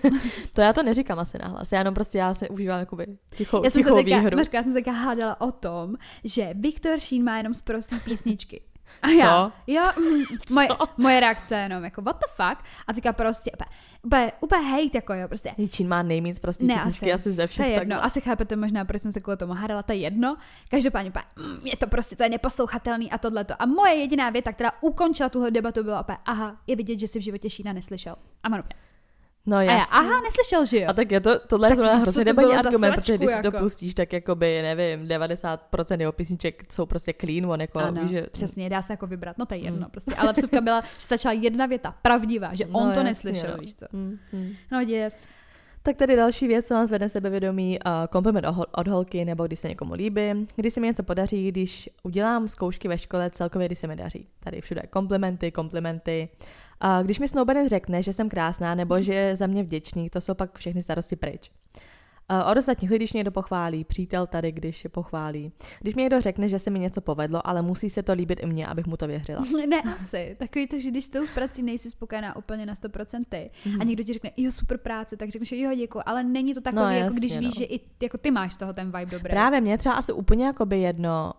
To já to neříkám asi nahlas, já jenom prostě já se užívám jakoby tichou, já tichou jsem výhru. Mařka, já jsem se taká hádala o tom, že Viktor Šín má jenom sprostý písničky. A co? já, jo, mm, moje, moje reakce jenom jako what the fuck a teďka prostě úplně, úplně hejt jako jo, prostě. Čín má nejvíc prostě písničky asi ze všech. To je jedno, takhle. Asi chápete možná, proč jsem se kvůli tomu hádala, to je jedno. Každopádně mm, je to prostě, to je neposlouchatelný a tohleto. A moje jediná věta, která ukončila tuhle debatu, byla opět, aha, je vidět, že jsi v životě Šína neslyšel. A mám No jasně. A já, aha, neslyšel, že jo. A tak je to, tohle je hrozně debilní argument, sračku, protože když jako. si to pustíš, tak jakoby, nevím, devadesát procent jeho písniček jsou prostě clean, on jako, ano, víš, že... přesně, dá se jako vybrat, no to je jedno mm. prostě, ale vsuvka byla, že stačila jedna věta, pravdivá, že on no, to jasně, neslyšel, no. víš co. Mm, mm. No yes. Tak tady další věc, co vám zvedne sebevědomí, uh, kompliment od holky, nebo když se někomu líbí, když se mi něco podaří, když udělám zkoušky ve škole, celkově když se mi daří. Tady všude komplimenty, komplimenty. Uh, když mi snoubenec řekne, že jsem krásná, nebo že je za mě vděčný, to jsou pak všechny starosti pryč. Uh, od ostatních lidí, když mě někdo pochválí, přítel tady, když je pochválí. Když mi někdo řekne, že se mi něco povedlo, ale musí se to líbit i mně, abych mu to věřila. Ne, asi. Takový to, že když s tou prací nejsi spokojená úplně na sto procent ty mm. a někdo ti řekne, jo, super práce, tak řekneš, jo, děkuji, ale není to takový, no, jasně, jako když no. víš, že i jako ty máš z toho ten vibe dobrý. Právě mě třeba asi úplně jakoby jedno,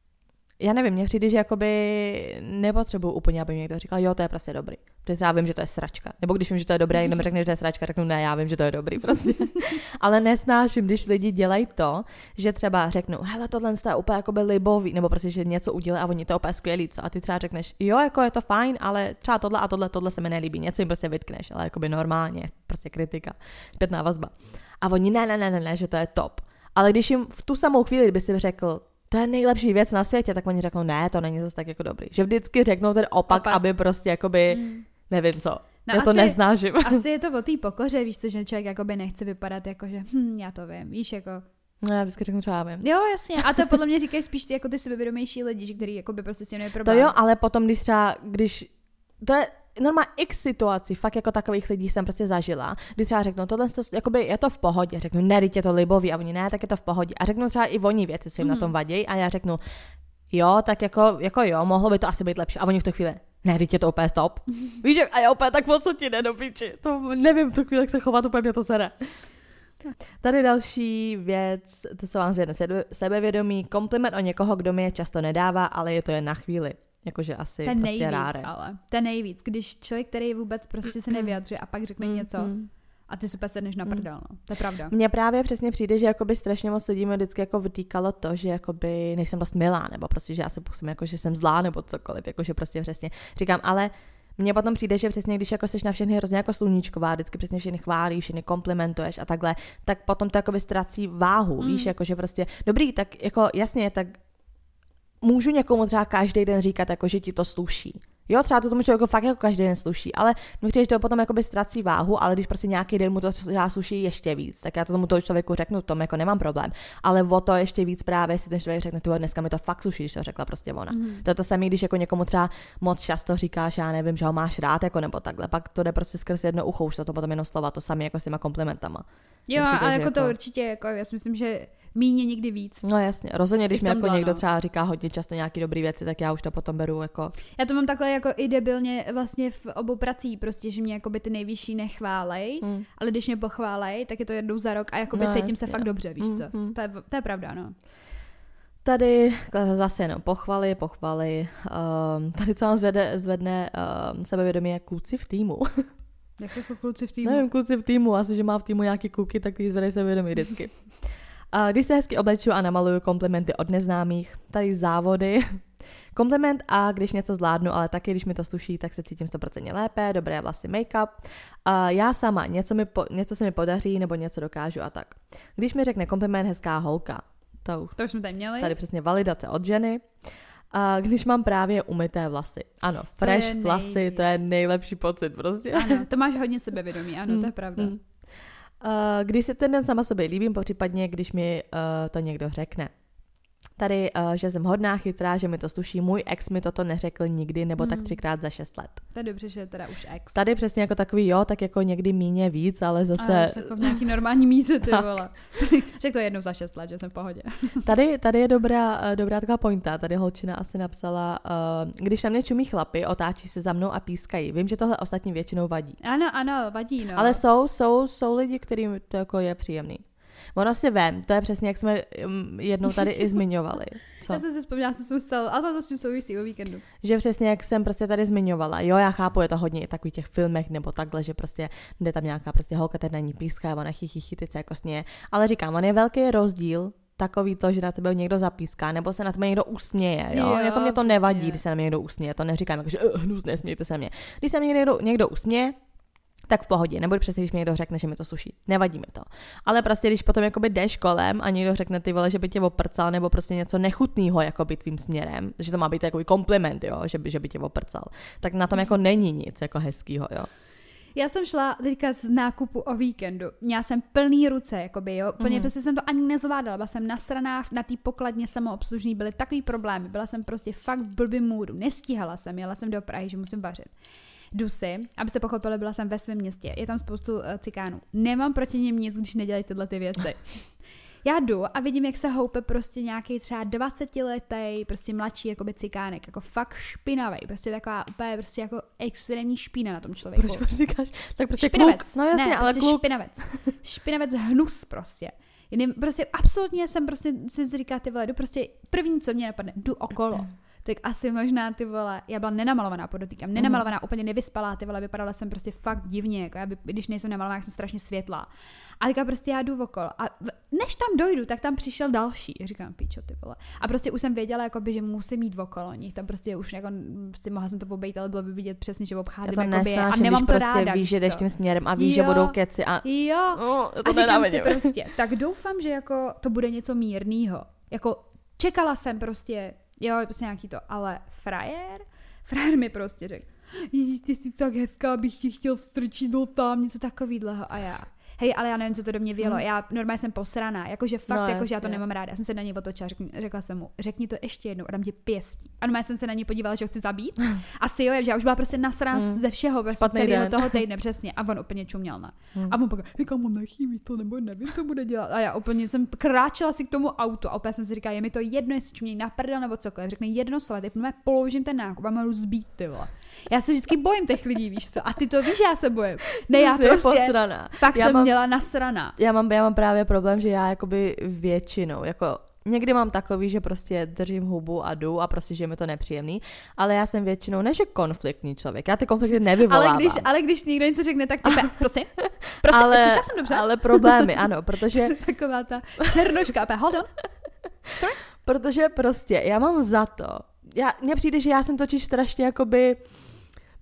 já nevím, mně přijde, že jakoby nepotřebuji úplně, aby mi někdo říkal, jo, to je prostě dobrý. Protože třeba vím, že to je sračka. Nebo když vím, že to je dobré, někdo mi řekne, že to je sračka, řeknu, ne, já vím, že to je dobrý prostě. Ale nesnáším, když lidi dělají to, že třeba řeknu, hele, tohle je úplně jakoby libový, nebo prostě, že něco udělají a oni to je úplně skvělý, co? A ty třeba řekneš, jo, jako je to fajn, ale třeba tohle a tohle, tohle se mi nelíbí. Něco jim prostě vytkneš, ale jakoby normálně, prostě kritika, zpětná vazba. A oni, ne, ne, ne, ne, ne, že to je top. Ale když jim v tu samou chvíli, kdyby si řekl, to je nejlepší věc na světě, tak oni řeknou, ne, to není zase tak jako dobrý. Že vždycky řeknou ten opak, opak. aby prostě jakoby, mm. nevím co, no já to neznážím. Asi je to o té pokoře, víš co, že člověk jakoby nechce vypadat jako, že hm, já to vím, víš, jako. No já vždycky řeknu, co já vím. Jo, jasně, a to podle mě říkají spíš ty, jako ty sebevědomější lidi, kteří jakoby prostě s tím nemají problém. To jo, ale potom, když třeba, když, to je normálně x situací, fakt jako takových lidí jsem prostě zažila, kdy třeba řeknu, tohle jakoby je to v pohodě, řeknu, ne, teď je to libový a oni ne, tak je to v pohodě. A řeknu třeba i oni věci, co jim mm. na tom vadí a já řeknu, jo, tak jako, jako jo, mohlo by to asi být lepší. A oni v tu chvíli, ne, teď je to úplně stop. Víš, a já úplně tak moc co ti jde do piči. To nevím v tu chvíli, jak se chovat, úplně mě to sere. Tady další věc, to se vám zvědne sebevědomí, kompliment o někoho, kdo mi je často nedává, ale je to jen na chvíli. Jakože asi ten prostě nejvíc, ráre. ale ten nejvíc, když člověk, který vůbec prostě se nevyjadřuje a pak řekne něco a ty super sedneš na prdel, no. To je pravda. Mně právě přesně přijde, že jakoby strašně moc lidí mi vždycky jako vytýkalo to, že jakoby nejsem dost milá, nebo prostě, že já se působím jako, že jsem zlá, nebo cokoliv, jakože prostě přesně říkám, ale mně potom přijde, že přesně když jako seš na všechny hrozně jako sluníčková, vždycky přesně všechny chválí, všechny komplimentuješ a takhle, tak potom to jakoby ztrací váhu, mm. víš, jakože prostě dobrý, tak jako jasně, tak můžu někomu třeba každý den říkat, jako, že ti to sluší. Jo, třeba to tomu člověku fakt jako každý den sluší, ale mi přijde, že to potom jakoby ztrací váhu, ale když prostě nějaký den mu to já sluší ještě víc, tak já to tomu toho člověku řeknu, tom jako nemám problém. Ale o to ještě víc právě si ten člověk řekne, ty dneska mi to fakt sluší, když to řekla prostě ona. Mm. To je to samé, když jako někomu třeba moc často říkáš, já nevím, že ho máš rád, jako nebo takhle, pak to jde prostě skrz jedno ucho, už to potom jenom slova, to samé jako s těma komplimentama. Jo, a jako to určitě, jako já si myslím, že míně někdy víc. No jasně, rozhodně, když mi jako dva, někdo no. třeba říká hodně často nějaký dobrý věci, tak já už to potom beru jako... Já to mám takhle jako i debilně vlastně v obou prací, prostě, že mě jakoby ty nejvyšší nechválej, hmm. ale když mě pochválej, tak je to jednou za rok a jakoby no, cítím jasně. se fakt dobře, víš co? Hmm. To, je, to je pravda, no. Tady zase jenom pochvaly, pochvaly. Um, tady co nám zvede, zvedne um, sebevědomí je kluci v týmu. Jak jako kluci v týmu? Nevím, kluci v týmu, asi, že má v týmu nějaký kluky, tak ty zvedají sebevědomí vždycky. Uh, když se hezky obleču a namaluju komplimenty od neznámých, tady závody. Kompliment a když něco zvládnu, ale taky, když mi to sluší, tak se cítím sto procent lépe, dobré vlasy, make-up. Uh, já sama, něco, mi po, něco se mi podaří nebo něco dokážu a tak. Když mi řekne kompliment hezká holka, to, to už jsme tady měli. Tady přesně validace od ženy. A když mám právě umyté vlasy. Ano, fresh vlasy, to je nejlepší pocit prostě. Ano, to máš hodně sebevědomí, ano, mm, to je pravda. Mm. Uh, když si ten den sama sobě líbím, případně když mi uh, to někdo řekne. Tady, uh, že jsem hodná, chytrá, že mi to sluší. Můj ex mi toto neřekl nikdy, nebo mm. tak třikrát za šest let. To je dobře, že teda už ex. Tady přesně jako takový, jo, tak jako někdy míně víc, ale zase... Ale jako v nějaký normální míře, ty vole. Řekl to jednou za šest let, že jsem v pohodě. tady, tady je dobrá, dobrá taková pointa. Tady holčina asi napsala, uh, když na mě čumí chlapy, otáčí se za mnou a pískají. Vím, že tohle ostatním většinou vadí. Ano, ano, vadí, no. Ale jsou, jsou, jsou lidi, kterým to jako je příjemný. Ono si vem, to je přesně, jak jsme jednou tady i zmiňovali. Co? Já jsem si vzpomněla, co jsem stala, ale to s tím souvisí o víkendu. Že přesně, jak jsem prostě tady zmiňovala. Jo, já chápu, je to hodně i takových těch filmech nebo takhle, že prostě jde tam nějaká prostě holka, teď na ní píská, ona chichy, chichy, se jako směje. Ale říkám, on je velký rozdíl takový to, že na tebe někdo zapíská, nebo se na tebe někdo usměje, jo? jo jako mě to přesně. Nevadí, když se na mě někdo usměje, to neříkám, jako, že uh, hnusné, smějte se na mě. Když se mě někdo, někdo usměje, tak v pohodě, nebo přesně, když mi někdo řekne, že mi to sluší. Nevadí mi to. Ale prostě, když potom jakoby jdeš kolem a někdo řekne ty vole, že by tě oprcal, nebo prostě něco nechutného jakoby tvým směrem, že to má být takový kompliment, jo, že by, že by tě oprcal, tak na tom jako není nic jako hezkýho, jo. Já jsem šla teďka z nákupu o víkendu. Měla jsem plný ruce, jakoby, jo. Plně mm. prostě jsem to ani nezvládala. Byla jsem nasraná, na té pokladně samoobslužný byly takový problémy. Byla jsem prostě fakt v blbým můdu. Nestíhala jsem, jela jsem do Prahy, že musím vařit. Jdu si, abyste pochopili, byla jsem ve svém městě. Je tam spoustu uh, cikánů. Nemám proti nim nic, když nedělají tyhle ty věci. Já jdu a vidím, jak se houpe prostě nějaký třeba dvacetiletý, prostě mladší jakoby cikánek, jako fakt špinavý, prostě taková úplně prostě jako extrémní špína na tom člověku. Proč říkáš? Tak prostě špinavec. Kluk. No jasně, ne, ale prostě kluk. špinavec. Špinavec hnus prostě. Jiným, prostě absolutně jsem prostě si říká, ty vole, jdu prostě první, co mě napadne, jdu okolo. Tak asi možná, ty vole, já byla nenamalovaná, podotýkám, nenamalovaná, mm. úplně nevyspalá, ty vole, vypadala jsem prostě fakt divně, jako já by, když nejsem namalovaná, jak jsem strašně světlá. A teďka prostě já jdu okolo a než tam dojdu, tak tam přišel další, říkám, píčo, ty vole. A prostě už jsem věděla, jakoby, že musím jít okolo nich, tam prostě už jako, prostě mohla jsem to obejít, ale bylo by vidět přesně, že obcházím jakoby, a nemám to prostě ráda, víš, že jdeš tím směrem a víš, jo, že budou keci a... Jo, no, to a říkám si prostě, tak doufám, že jako to bude něco mírnýho. Jako čekala jsem prostě, jo, prostě nějaký to, ale frajer, frajer mi prostě řekl, ježiš, ty jsi tak hezká, bych ti chtěl strčit do tam, něco takovýhleho a já. Hej, ale já nevím, co to do mě vělo. Hmm. Já normálně jsem posraná, jakože fakt, no, jakože já to nemám ráda. Já jsem se na něj otočila, řekl, řekla jsem mu, řekni to ještě jednou a dám ti pěstí. A normálně jsem se na něj podívala, že ho chci zabít. Asi jo, že já už byla prostě nasraná hmm. ze všeho, prostě celého toho týdne, přesně. A on úplně čuměl na. Hmm. A on pak, říká mu, nechybí to, nebo nevím, co bude dělat. A já úplně jsem kráčela si k tomu autu a úplně jsem si říkala, je mi to jedno, jestli čumějí na prdel nebo cokoliv. Řekne jedno slovo, teď položím ten nákup a mám zbít, ty vole. Já se vždycky bojím těch lidí, víš co? A ty to víš, já se bojím. Ne, já jsi prostě posraná. fakt já jsem mám, měla nasraná. Já mám, já mám právě problém, že já jakoby většinou, jako někdy mám takový, že prostě držím hubu a jdu a prostě, že je mi to nepříjemný, ale já jsem většinou, než je konfliktní člověk, já ty konflikty nevyvolávám. Ale když, ale když někdo něco řekne, tak ty, prosím, prosím, ale, slyšela jsem dobře? Ale problémy, ano, protože... Taková ta černoška, a hold on, sorry? Protože prostě, já mám za to, já, mně přijde, že já jsem totiž strašně jakoby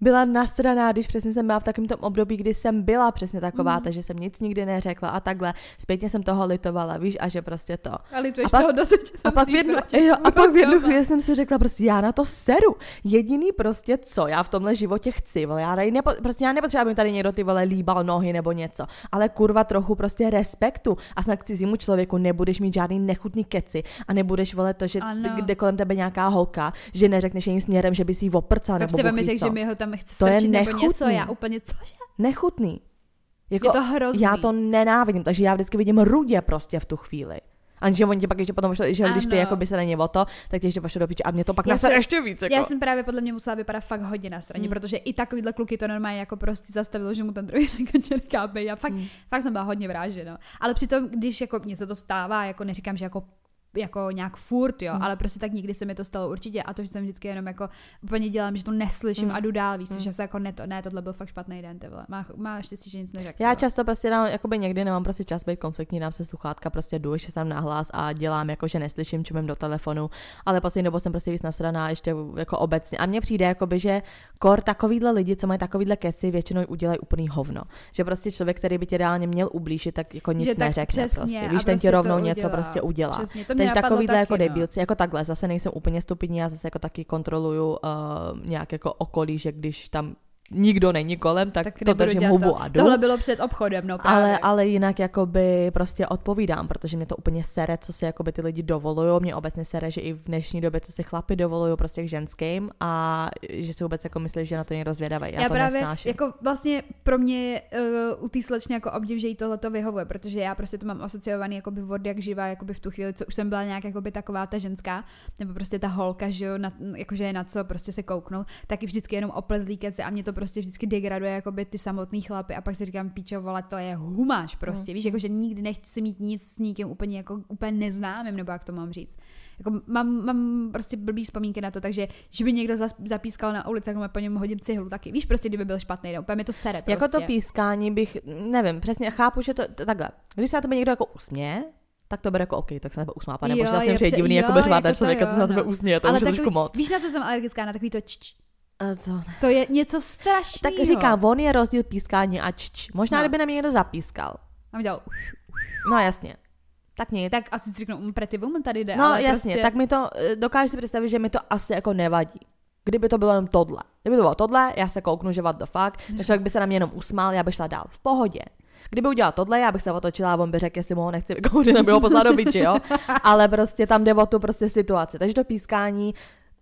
byla nasraná, když přesně jsem byla v takovém tom období, kdy jsem byla přesně taková, Mm. takže jsem nic nikdy neřekla a takhle. Zpětně jsem toho litovala, víš, a že prostě to. A lituješ A pak- toho doteď, že A jsem pak, si v jednu, vrátila jo, a svou pak v jednu doma. chvíli jsem si řekla, prostě já na to seru. Jediný prostě co já v tomhle životě chci, vole, já tady nepo, prostě já nepotřebuji, aby mi tady někdo ty vole líbal nohy nebo něco, ale kurva trochu prostě respektu a snad k cizímu člověku nebudeš mít žádný nechutný keci a nebudeš vole to, že Ano. jde kolem tebe nějaká holka, že neřekneš jim směrem, že by si jí oprcal nebo Prostě mi buchví řekl, co. že mi ho tam chce To je strčit nebo něco, nechutný. já úplně cože? Nechutný. Jako, Je to hrozný. já to nenávidím, takže já vždycky vidím rudě prostě v tu chvíli. A že oni tě pak ještě potom pošlo, že když ty Ano. jako by se na ně o to, tak tě ještě pošlo do piče a mě to pak Já nasere jsem- ještě víc. Jako. Já jsem právě podle mě musela vypadat fakt hodně na straně, Hmm. protože i takovýhle kluky to normálně jako prostě zastavilo, že mu ten druhý řekl, že nechápe. Já fakt, Hmm. fakt jsem byla hodně vrážena. Ale přitom, když jako mně se to stává, jako neříkám, že jako jako nějak furt, jo, Hmm. ale prostě tak nikdy se mi to stalo určitě a to, že jsem vždycky jenom jako úplně dělám, že to neslyším Hmm. a jdu dál, víš, Hmm. že se jako ne, to, ne, tohle byl fakt špatný den, ty vole. Má, má štěstí, že nic neřekl. Já často prostě dám, jakoby někdy nemám prostě čas být konfliktní, dám se sluchátka, prostě jdu, ještě jsem nahlas a dělám jako, že neslyším, čumím do telefonu, ale poslední dobou jsem prostě víc nasraná ještě jako obecně. A mně přijde jakoby, že kor takovýhle lidi, co mají takovýhle keci, většinou udělají úplný hovno. Že prostě člověk, který by tě reálně měl ublížit, tak jako nic Že tak neřekne přesně, prostě. a Víš, ten ti prostě rovnou to něco udělá. prostě udělá. Přesně, to mě Takže napadlo takovýhle jako taky, no. debilci, jako takhle, zase nejsem úplně stupidní, já zase jako taky kontroluju uh, nějak jako okolí, že když tam nikdo není kolem, tak, Tak to nebudu držím dělat hubu to. a jdu. Tohle bylo před obchodem, no právě. Ale, ale jinak jakoby prostě odpovídám, protože mě to úplně sere, co si jakoby ty lidi dovolují. Mě obecně sere, že i v dnešní době, co si chlapi dovolují prostě k ženským a že si vůbec jako myslí, že na to někdo zvědavý. Já, já to právě, nesnáším. jako vlastně pro mě uh, u té slečny jako obdiv, že jí tohle to vyhovuje, protože já prostě to mám asociovaný jakoby od jak živá, jakoby v tu chvíli, co už jsem byla nějak jakoby taková ta ženská, nebo prostě ta holka, že jo, na, jakože je na co prostě se kouknout, taky vždycky jenom oplezlý keci a mě to prostě vždycky degraduje jakoby ty samotný chlapy a pak si říkám, píčo, vole, to je humáš prostě, Mm. víš, jakože nikdy nechci mít nic s nikým úplně jako úplně neznámým, nebo jak to mám říct. Jako mám, mám prostě blbý vzpomínky na to, takže že by někdo zas- zapískal na ulici, tak mu po něm hodím cihlu taky. Víš, prostě kdyby byl špatný, no, úplně mi to sere prostě. Jako to pískání bych, nevím, přesně chápu, že to, to takhle. Když se na tebe někdo jako usměje, tak to bude jako OK, tak se na tebe usmápa, nebo Jo, že vlastně jo, je pře- divný jo, jako řvát na jako to člověka, jo, co se na tebe no. usměje, to Ale už je takový, trošku moc. Víš, na co jsem alergická? Na takový to č, A co? To je něco strašného. Tak říkám, on je rozdíl pískání a č. Možná, No. kdyby na mě někdo zapískal. A mi dělal, No jasně. Tak nic. tak asi si řeknu, um, pretty woman tady jde, No ale jasně, prostě... tak mi to, eh, dokážu si představit, že mi to asi jako nevadí. Kdyby to bylo jenom tohle. Kdyby to bylo tohle, já se kouknu, že what the fuck, ten člověk by se na mě jenom usmál, já bych šla dál v pohodě. Kdyby udělal tohle, já bych se otočila a on by řekl, jestli mu ho nechci vykouřit, nebo ho poslal do biči, jo. Ale prostě tam jde o tu prostě situaci. Takže to pískání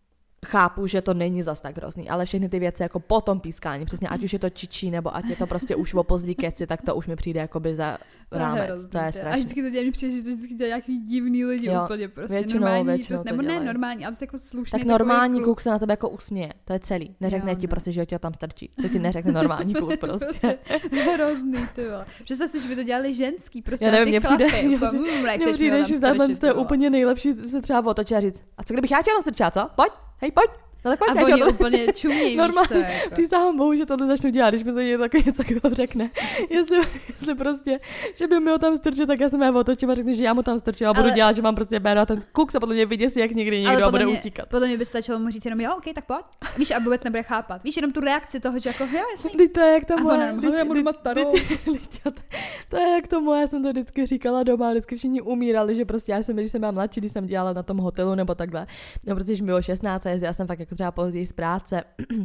chápu, že to není zas tak hrozný, ale všechny ty věci jako po tom pískání, přesně ať už je to čičí, nebo ať je to prostě už opozdí keci, tak to už mi přijde jakoby za rámec. hrozný, To je A strašný. vždycky to dělá, mi přijde, že to vždycky dělá nějaký divný lidi Jo, úplně prostě. většinou- normální, většinou prostě, to nebo ne dělají. normální, ale jako slušný Tak takový normální kluk. kluk se na tebe jako usměje, to je celý. Neřekne Jo, ti no. prostě, že ho tě tam strčí. To ti neřekne normální kluk prostě. Hrozný, ty vole. Představ si, že by to dělali ženský, prostě Já na nevím, ty mně přijde- chlapy. mně Úplně, přijde- mm, Mně nechceš přijde, mi ho tam že tohle strčit, to je ty vole. úplně nejlepší se třeba otočit a říct, a co kdybych já tě jenom strčila, co? Pojď, hej, pojď. No tak pojď, A já tě oni jenom- úplně čumějí, víš Normálně, co, jako. přísahám bohu, že tohle začnu dělat, když mi to někdo taky něco takového řekne. Jestli, jestli prostě, že by mi ho tam strčil, tak já se mě otočím a řeknu, že já mu tam strčím a budu Ale- dělat, že mám prostě béro a ten kluk se podle mě vyděsí, jak někdy někdo a podle bude mě, utíkat. podle mě by stačilo mu říct jenom, jo, ok, tak pojď. Víš, a vůbec nebude chápat. Víš, jenom tu reakci toho, že jako, jo, jasně. Vždyť to je jak to A moje, ona, vždyť- já budu vždyť- mít starou. vždyť- vždyť to- to je jak to moje, já jsem to vždycky říkala doma, vždycky všichni umírali, že prostě já jsem, když jsem byla mladší, když jsem dělala na tom hotelu nebo takhle, no protože mi bylo šestnáct a já jsem fakt jako třeba později z práce,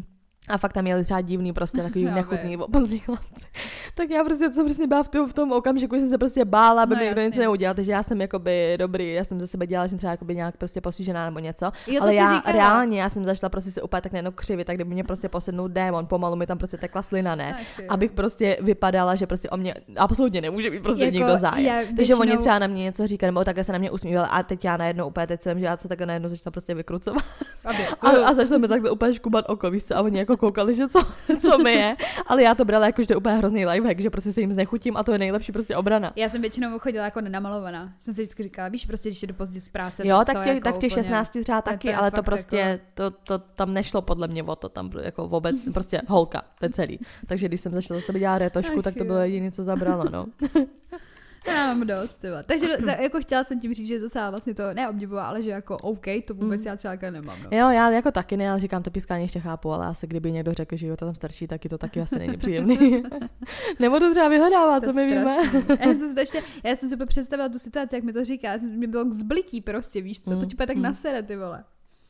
a fakt tam měli třeba divný, prostě takový Já nechutný opozdní chlapci. Tak já prostě, co prostě byla v tom, v tom okamžiku, že jsem se prostě bála, aby No, mi někdo nic jasně. neudělal, takže já jsem jakoby dobrý, já jsem ze sebe dělala, že jsem třeba jakoby nějak prostě postižená nebo něco, Jo, to ale jsi já říkala. reálně, já jsem začala prostě se úplně tak najednou křivit, tak kdyby mě prostě posednul démon, pomalu mi tam prostě tekla slina, ne? Ach, jo. Abych prostě vypadala, že prostě o mě absolutně nemůže být prostě Jako nikdo zájem. já Takže většinou- oni třeba na mě něco říkali, nebo takhle se na mě usmívali a teď já najednou úplně teď jsem, že já se takhle najednou začala prostě vykrucovat. Aby. A, a začala mi takhle úplně škubat oko, víš co, a oni jako koukali, že co, co mi je, ale já to brala jako, že to je úplně hrozný lifehack, že prostě se jim znechutím a to je nejlepší prostě obrana. Já jsem většinou chodila jako nenamalovaná. Jsem si vždycky říkala, víš, prostě když jdu pozdě z práce. Jo, co, tak těch, jako tak těch úplně- šestnácti třeba to je- taky, to je ale to fakt prostě, jako- to, to tam nešlo podle mě o to, tam bylo jako vůbec, prostě holka, to je celý. Takže když jsem začala za sebe dělat retošku, Ach tak to jo. bylo jediné, co zabralo, no. Já mám dost, tyva. Takže do, jako chtěla jsem tím říct, že docela vlastně to neobdivovala, ale že jako OK, to vůbec mm. já třeba nemám. No. Jo, já jako taky ne, ale říkám, to pískání ještě chápu, ale asi kdyby někdo řekl, že jo, to tam starší, taky to taky asi není příjemný. Nebo to třeba vyhledávat, co my víme. Já jsem si to ještě, já jsem si úplně představila tu situaci, jak mi to říká, já jsem, mě bylo k zblití prostě, víš co, mm. to ti tak mm. nasere, ty vole.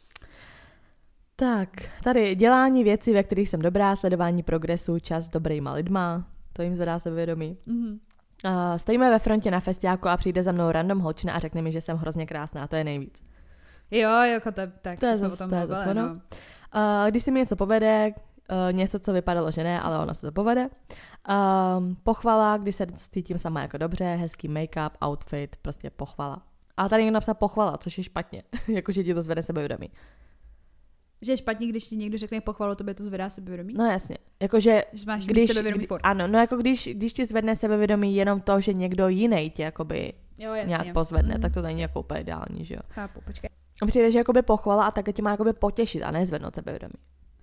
Tak, tady dělání věcí, ve kterých jsem dobrá, sledování progresu, čas s dobrýma lidma, to jim zvedá sebevědomí. Mm-hmm. Uh, stojíme ve frontě na festiáku a přijde za mnou random holčina a řekne mi, že jsem hrozně krásná, to je nejvíc. Jo, jako to, tak to je jsme zas, o tom to je mluvili, no. uh, Když si mi něco povede, uh, něco, co vypadalo, že ne, ale ono se to povede. Uh, pochvala, když se cítím sama jako dobře, hezký make-up, outfit, prostě pochvala. A tady někdo napsal pochvala, což je špatně, jakože ti to zvede sebevědomí. Že je špatně, když ti někdo řekne pochvalu, tobě to zvedá sebevědomí? No jasně. Jakože, že máš když, sebevědomí kdy, ano, no jako když, když ti zvedne sebevědomí jenom to, že někdo jiný tě jakoby jo, nějak pozvedne, mm. tak to není jako úplně ideální, že jo? Chápu, počkej. Přijde, že jakoby pochvala a také tě má jakoby potěšit a ne zvednout sebevědomí.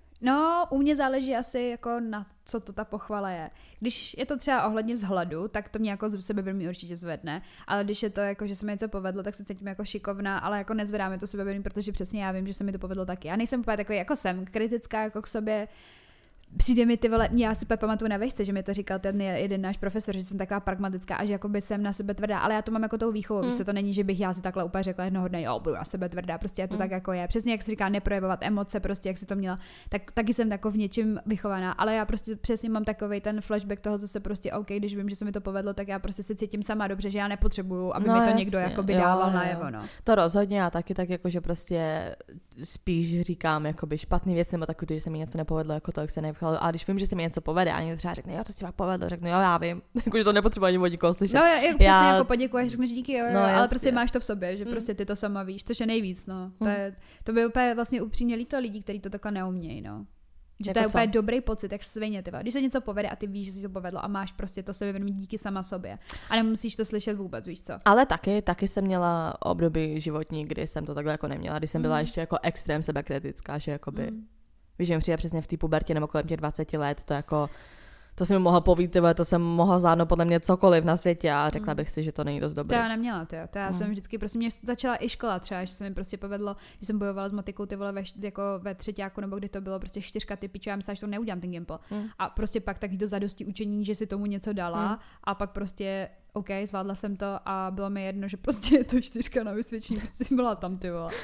No, u mě záleží asi jako na co to ta pochvala je. Když je to třeba ohledně vzhledu, tak to mě jako z sebevědomí určitě zvedne, ale když je to jako, že se mi něco povedlo, tak se cítím jako šikovná, ale jako nezvedáme to sebevědomí, protože přesně já vím, že se mi to povedlo taky. Já nejsem úplně takový jako jsem, kritická jako k sobě. Přijde mi ty vole, já si pamatuju na vešce, že mi to říkal ten jeden náš profesor, že jsem taková pragmatická a že jakoby jsem na sebe tvrdá, ale já to mám jako tou výchovou, mm. to není, že bych já si takhle úplně řekla jednoho dne, jo, budu na sebe tvrdá, prostě je to mm. tak jako je. Přesně jak se říká, neprojevovat emoce, prostě jak si to měla, tak taky jsem tako v něčem vychovaná, ale já prostě přesně mám takovej ten flashback toho zase prostě OK, když vím, že se mi to povedlo, tak já prostě se cítím sama dobře, že já nepotřebuju, aby no, mi to jasně, někdo jakoby dával jo, najevo, no. To rozhodně, já taky tak jako, že prostě spíš říkám jakoby špatný věc nebo takový, že se mi něco nepovedlo, jako to, jak se nevychalo, a když vím, že se mi něco povede a někdo třeba řekne, jo, to si fakt povedlo, řeknu, jo, já vím, jakože to nepotřeba ani od nikoho slyšet. No, jak přesně já... jako poděkuješ, řekneš díky, jo, jo, no, ale jasně. prostě máš to v sobě, že mm. prostě ty to sama víš, což je nejvíc, no. Mm. To, je, to by úplně vlastně upřímně líto lidí, kteří to takhle neumějí, no. Že jako to je co? úplně dobrý pocit, jak svině, tyva. Když se něco povede a ty víš, že si to povedlo a máš prostě to sebevědomí díky sama sobě. A nemusíš to slyšet vůbec, víš co. Ale taky, taky jsem měla období životní, kdy jsem to takhle jako neměla, když jsem mm. byla ještě jako extrém sebekritická, že jakoby mm. víš, že mi přijde přesně v té pubertě nebo kolem těch dvaceti let, to jako, to jsem mi mohla povídat, tyhle, to jsem mohla zvládnout podle mě cokoliv na světě a řekla mm. bych si, že to není dost dobré. To já neměla, to, to já mm. jsem vždycky, prostě mě začala i škola třeba, že se mi prostě povedlo, že jsem bojovala s matikou ty vole ve, jako ve třetíku, nebo kdy to bylo prostě čtyřka ty pičo, já myslela, že to neudělám ten gimpl. Mm. A prostě pak taky do zadosti učení, že si tomu něco dala mm. a pak prostě OK, zvládla jsem to a bylo mi jedno, že prostě je to čtyřka na vysvědčení, prostě byla tam ty vole.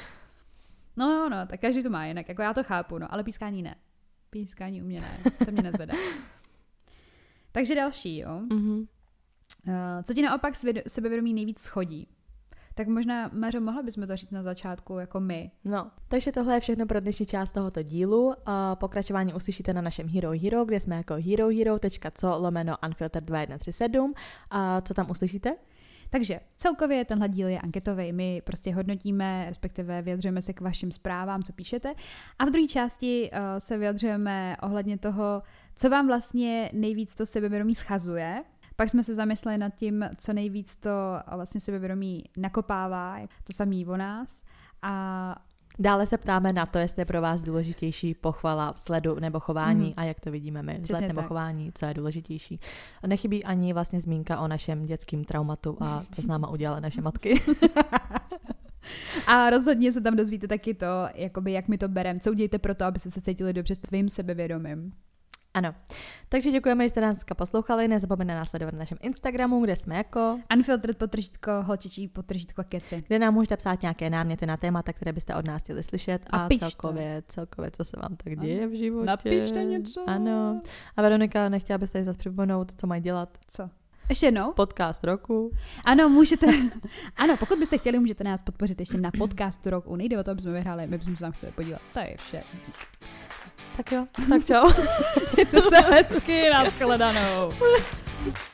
No, no, no, tak každý to má jinak, jako já to chápu, no, ale pískání ne. Pískání u mě ne, to mě nezvedá. Takže další, jo. Mm-hmm. Uh, co ti naopak sebevědomí nejvíc schodí? Tak možná, Mařo, mohla bychom to říct na začátku jako my. No, takže tohle je všechno pro dnešní část tohoto dílu. A pokračování uslyšíte na našem Hero Hero, kde jsme jako herohero.co lomeno unfiltered dva jedna tři sedm. A co tam uslyšíte? Takže celkově tenhle díl je anketový, my prostě hodnotíme, respektive vyjadřujeme se k vašim zprávám, co píšete. A v druhé části uh, se vyjadřujeme ohledně toho, co vám vlastně nejvíc to sebevědomí schazuje. Pak jsme se zamysleli nad tím, co nejvíc to vlastně sebevědomí nakopává, to samý o nás. A dále se ptáme na to, jestli je pro vás důležitější pochvala sledu nebo chování mm. a jak to vidíme my, vzhled nebo tak. Chování, co je důležitější. Nechybí ani vlastně zmínka o našem dětském traumatu a co s náma udělaly naše matky. A rozhodně se tam dozvíte taky to, jakoby jak my to bereme, co udějte pro to, abyste se cítili dobře s svým sebevědomím. Ano, takže děkujeme, že jste nás poslouchali, nezapomeňte nás sledovat na našem Instagramu, kde jsme jako Unfiltered potržítko, holčičí potržítko keci. Kde nám můžete psát nějaké náměty na témata, které byste od nás chtěli slyšet a, a celkově, celkově, co se vám tak děje v životě. Napište něco. Ano. A Veronika, nechtěla byste zase připomenout, co mají dělat? Co? Ještě jednou? Podcast roku. Ano, můžete. Ano, pokud byste chtěli, můžete nás podpořit ještě na podcastu roku. Nejde o to, aby jsme vyhráli, my bychom se tam chtěli podívat. To je vše. Tak jo, tak čau. Mějte se hezky, nashledanou.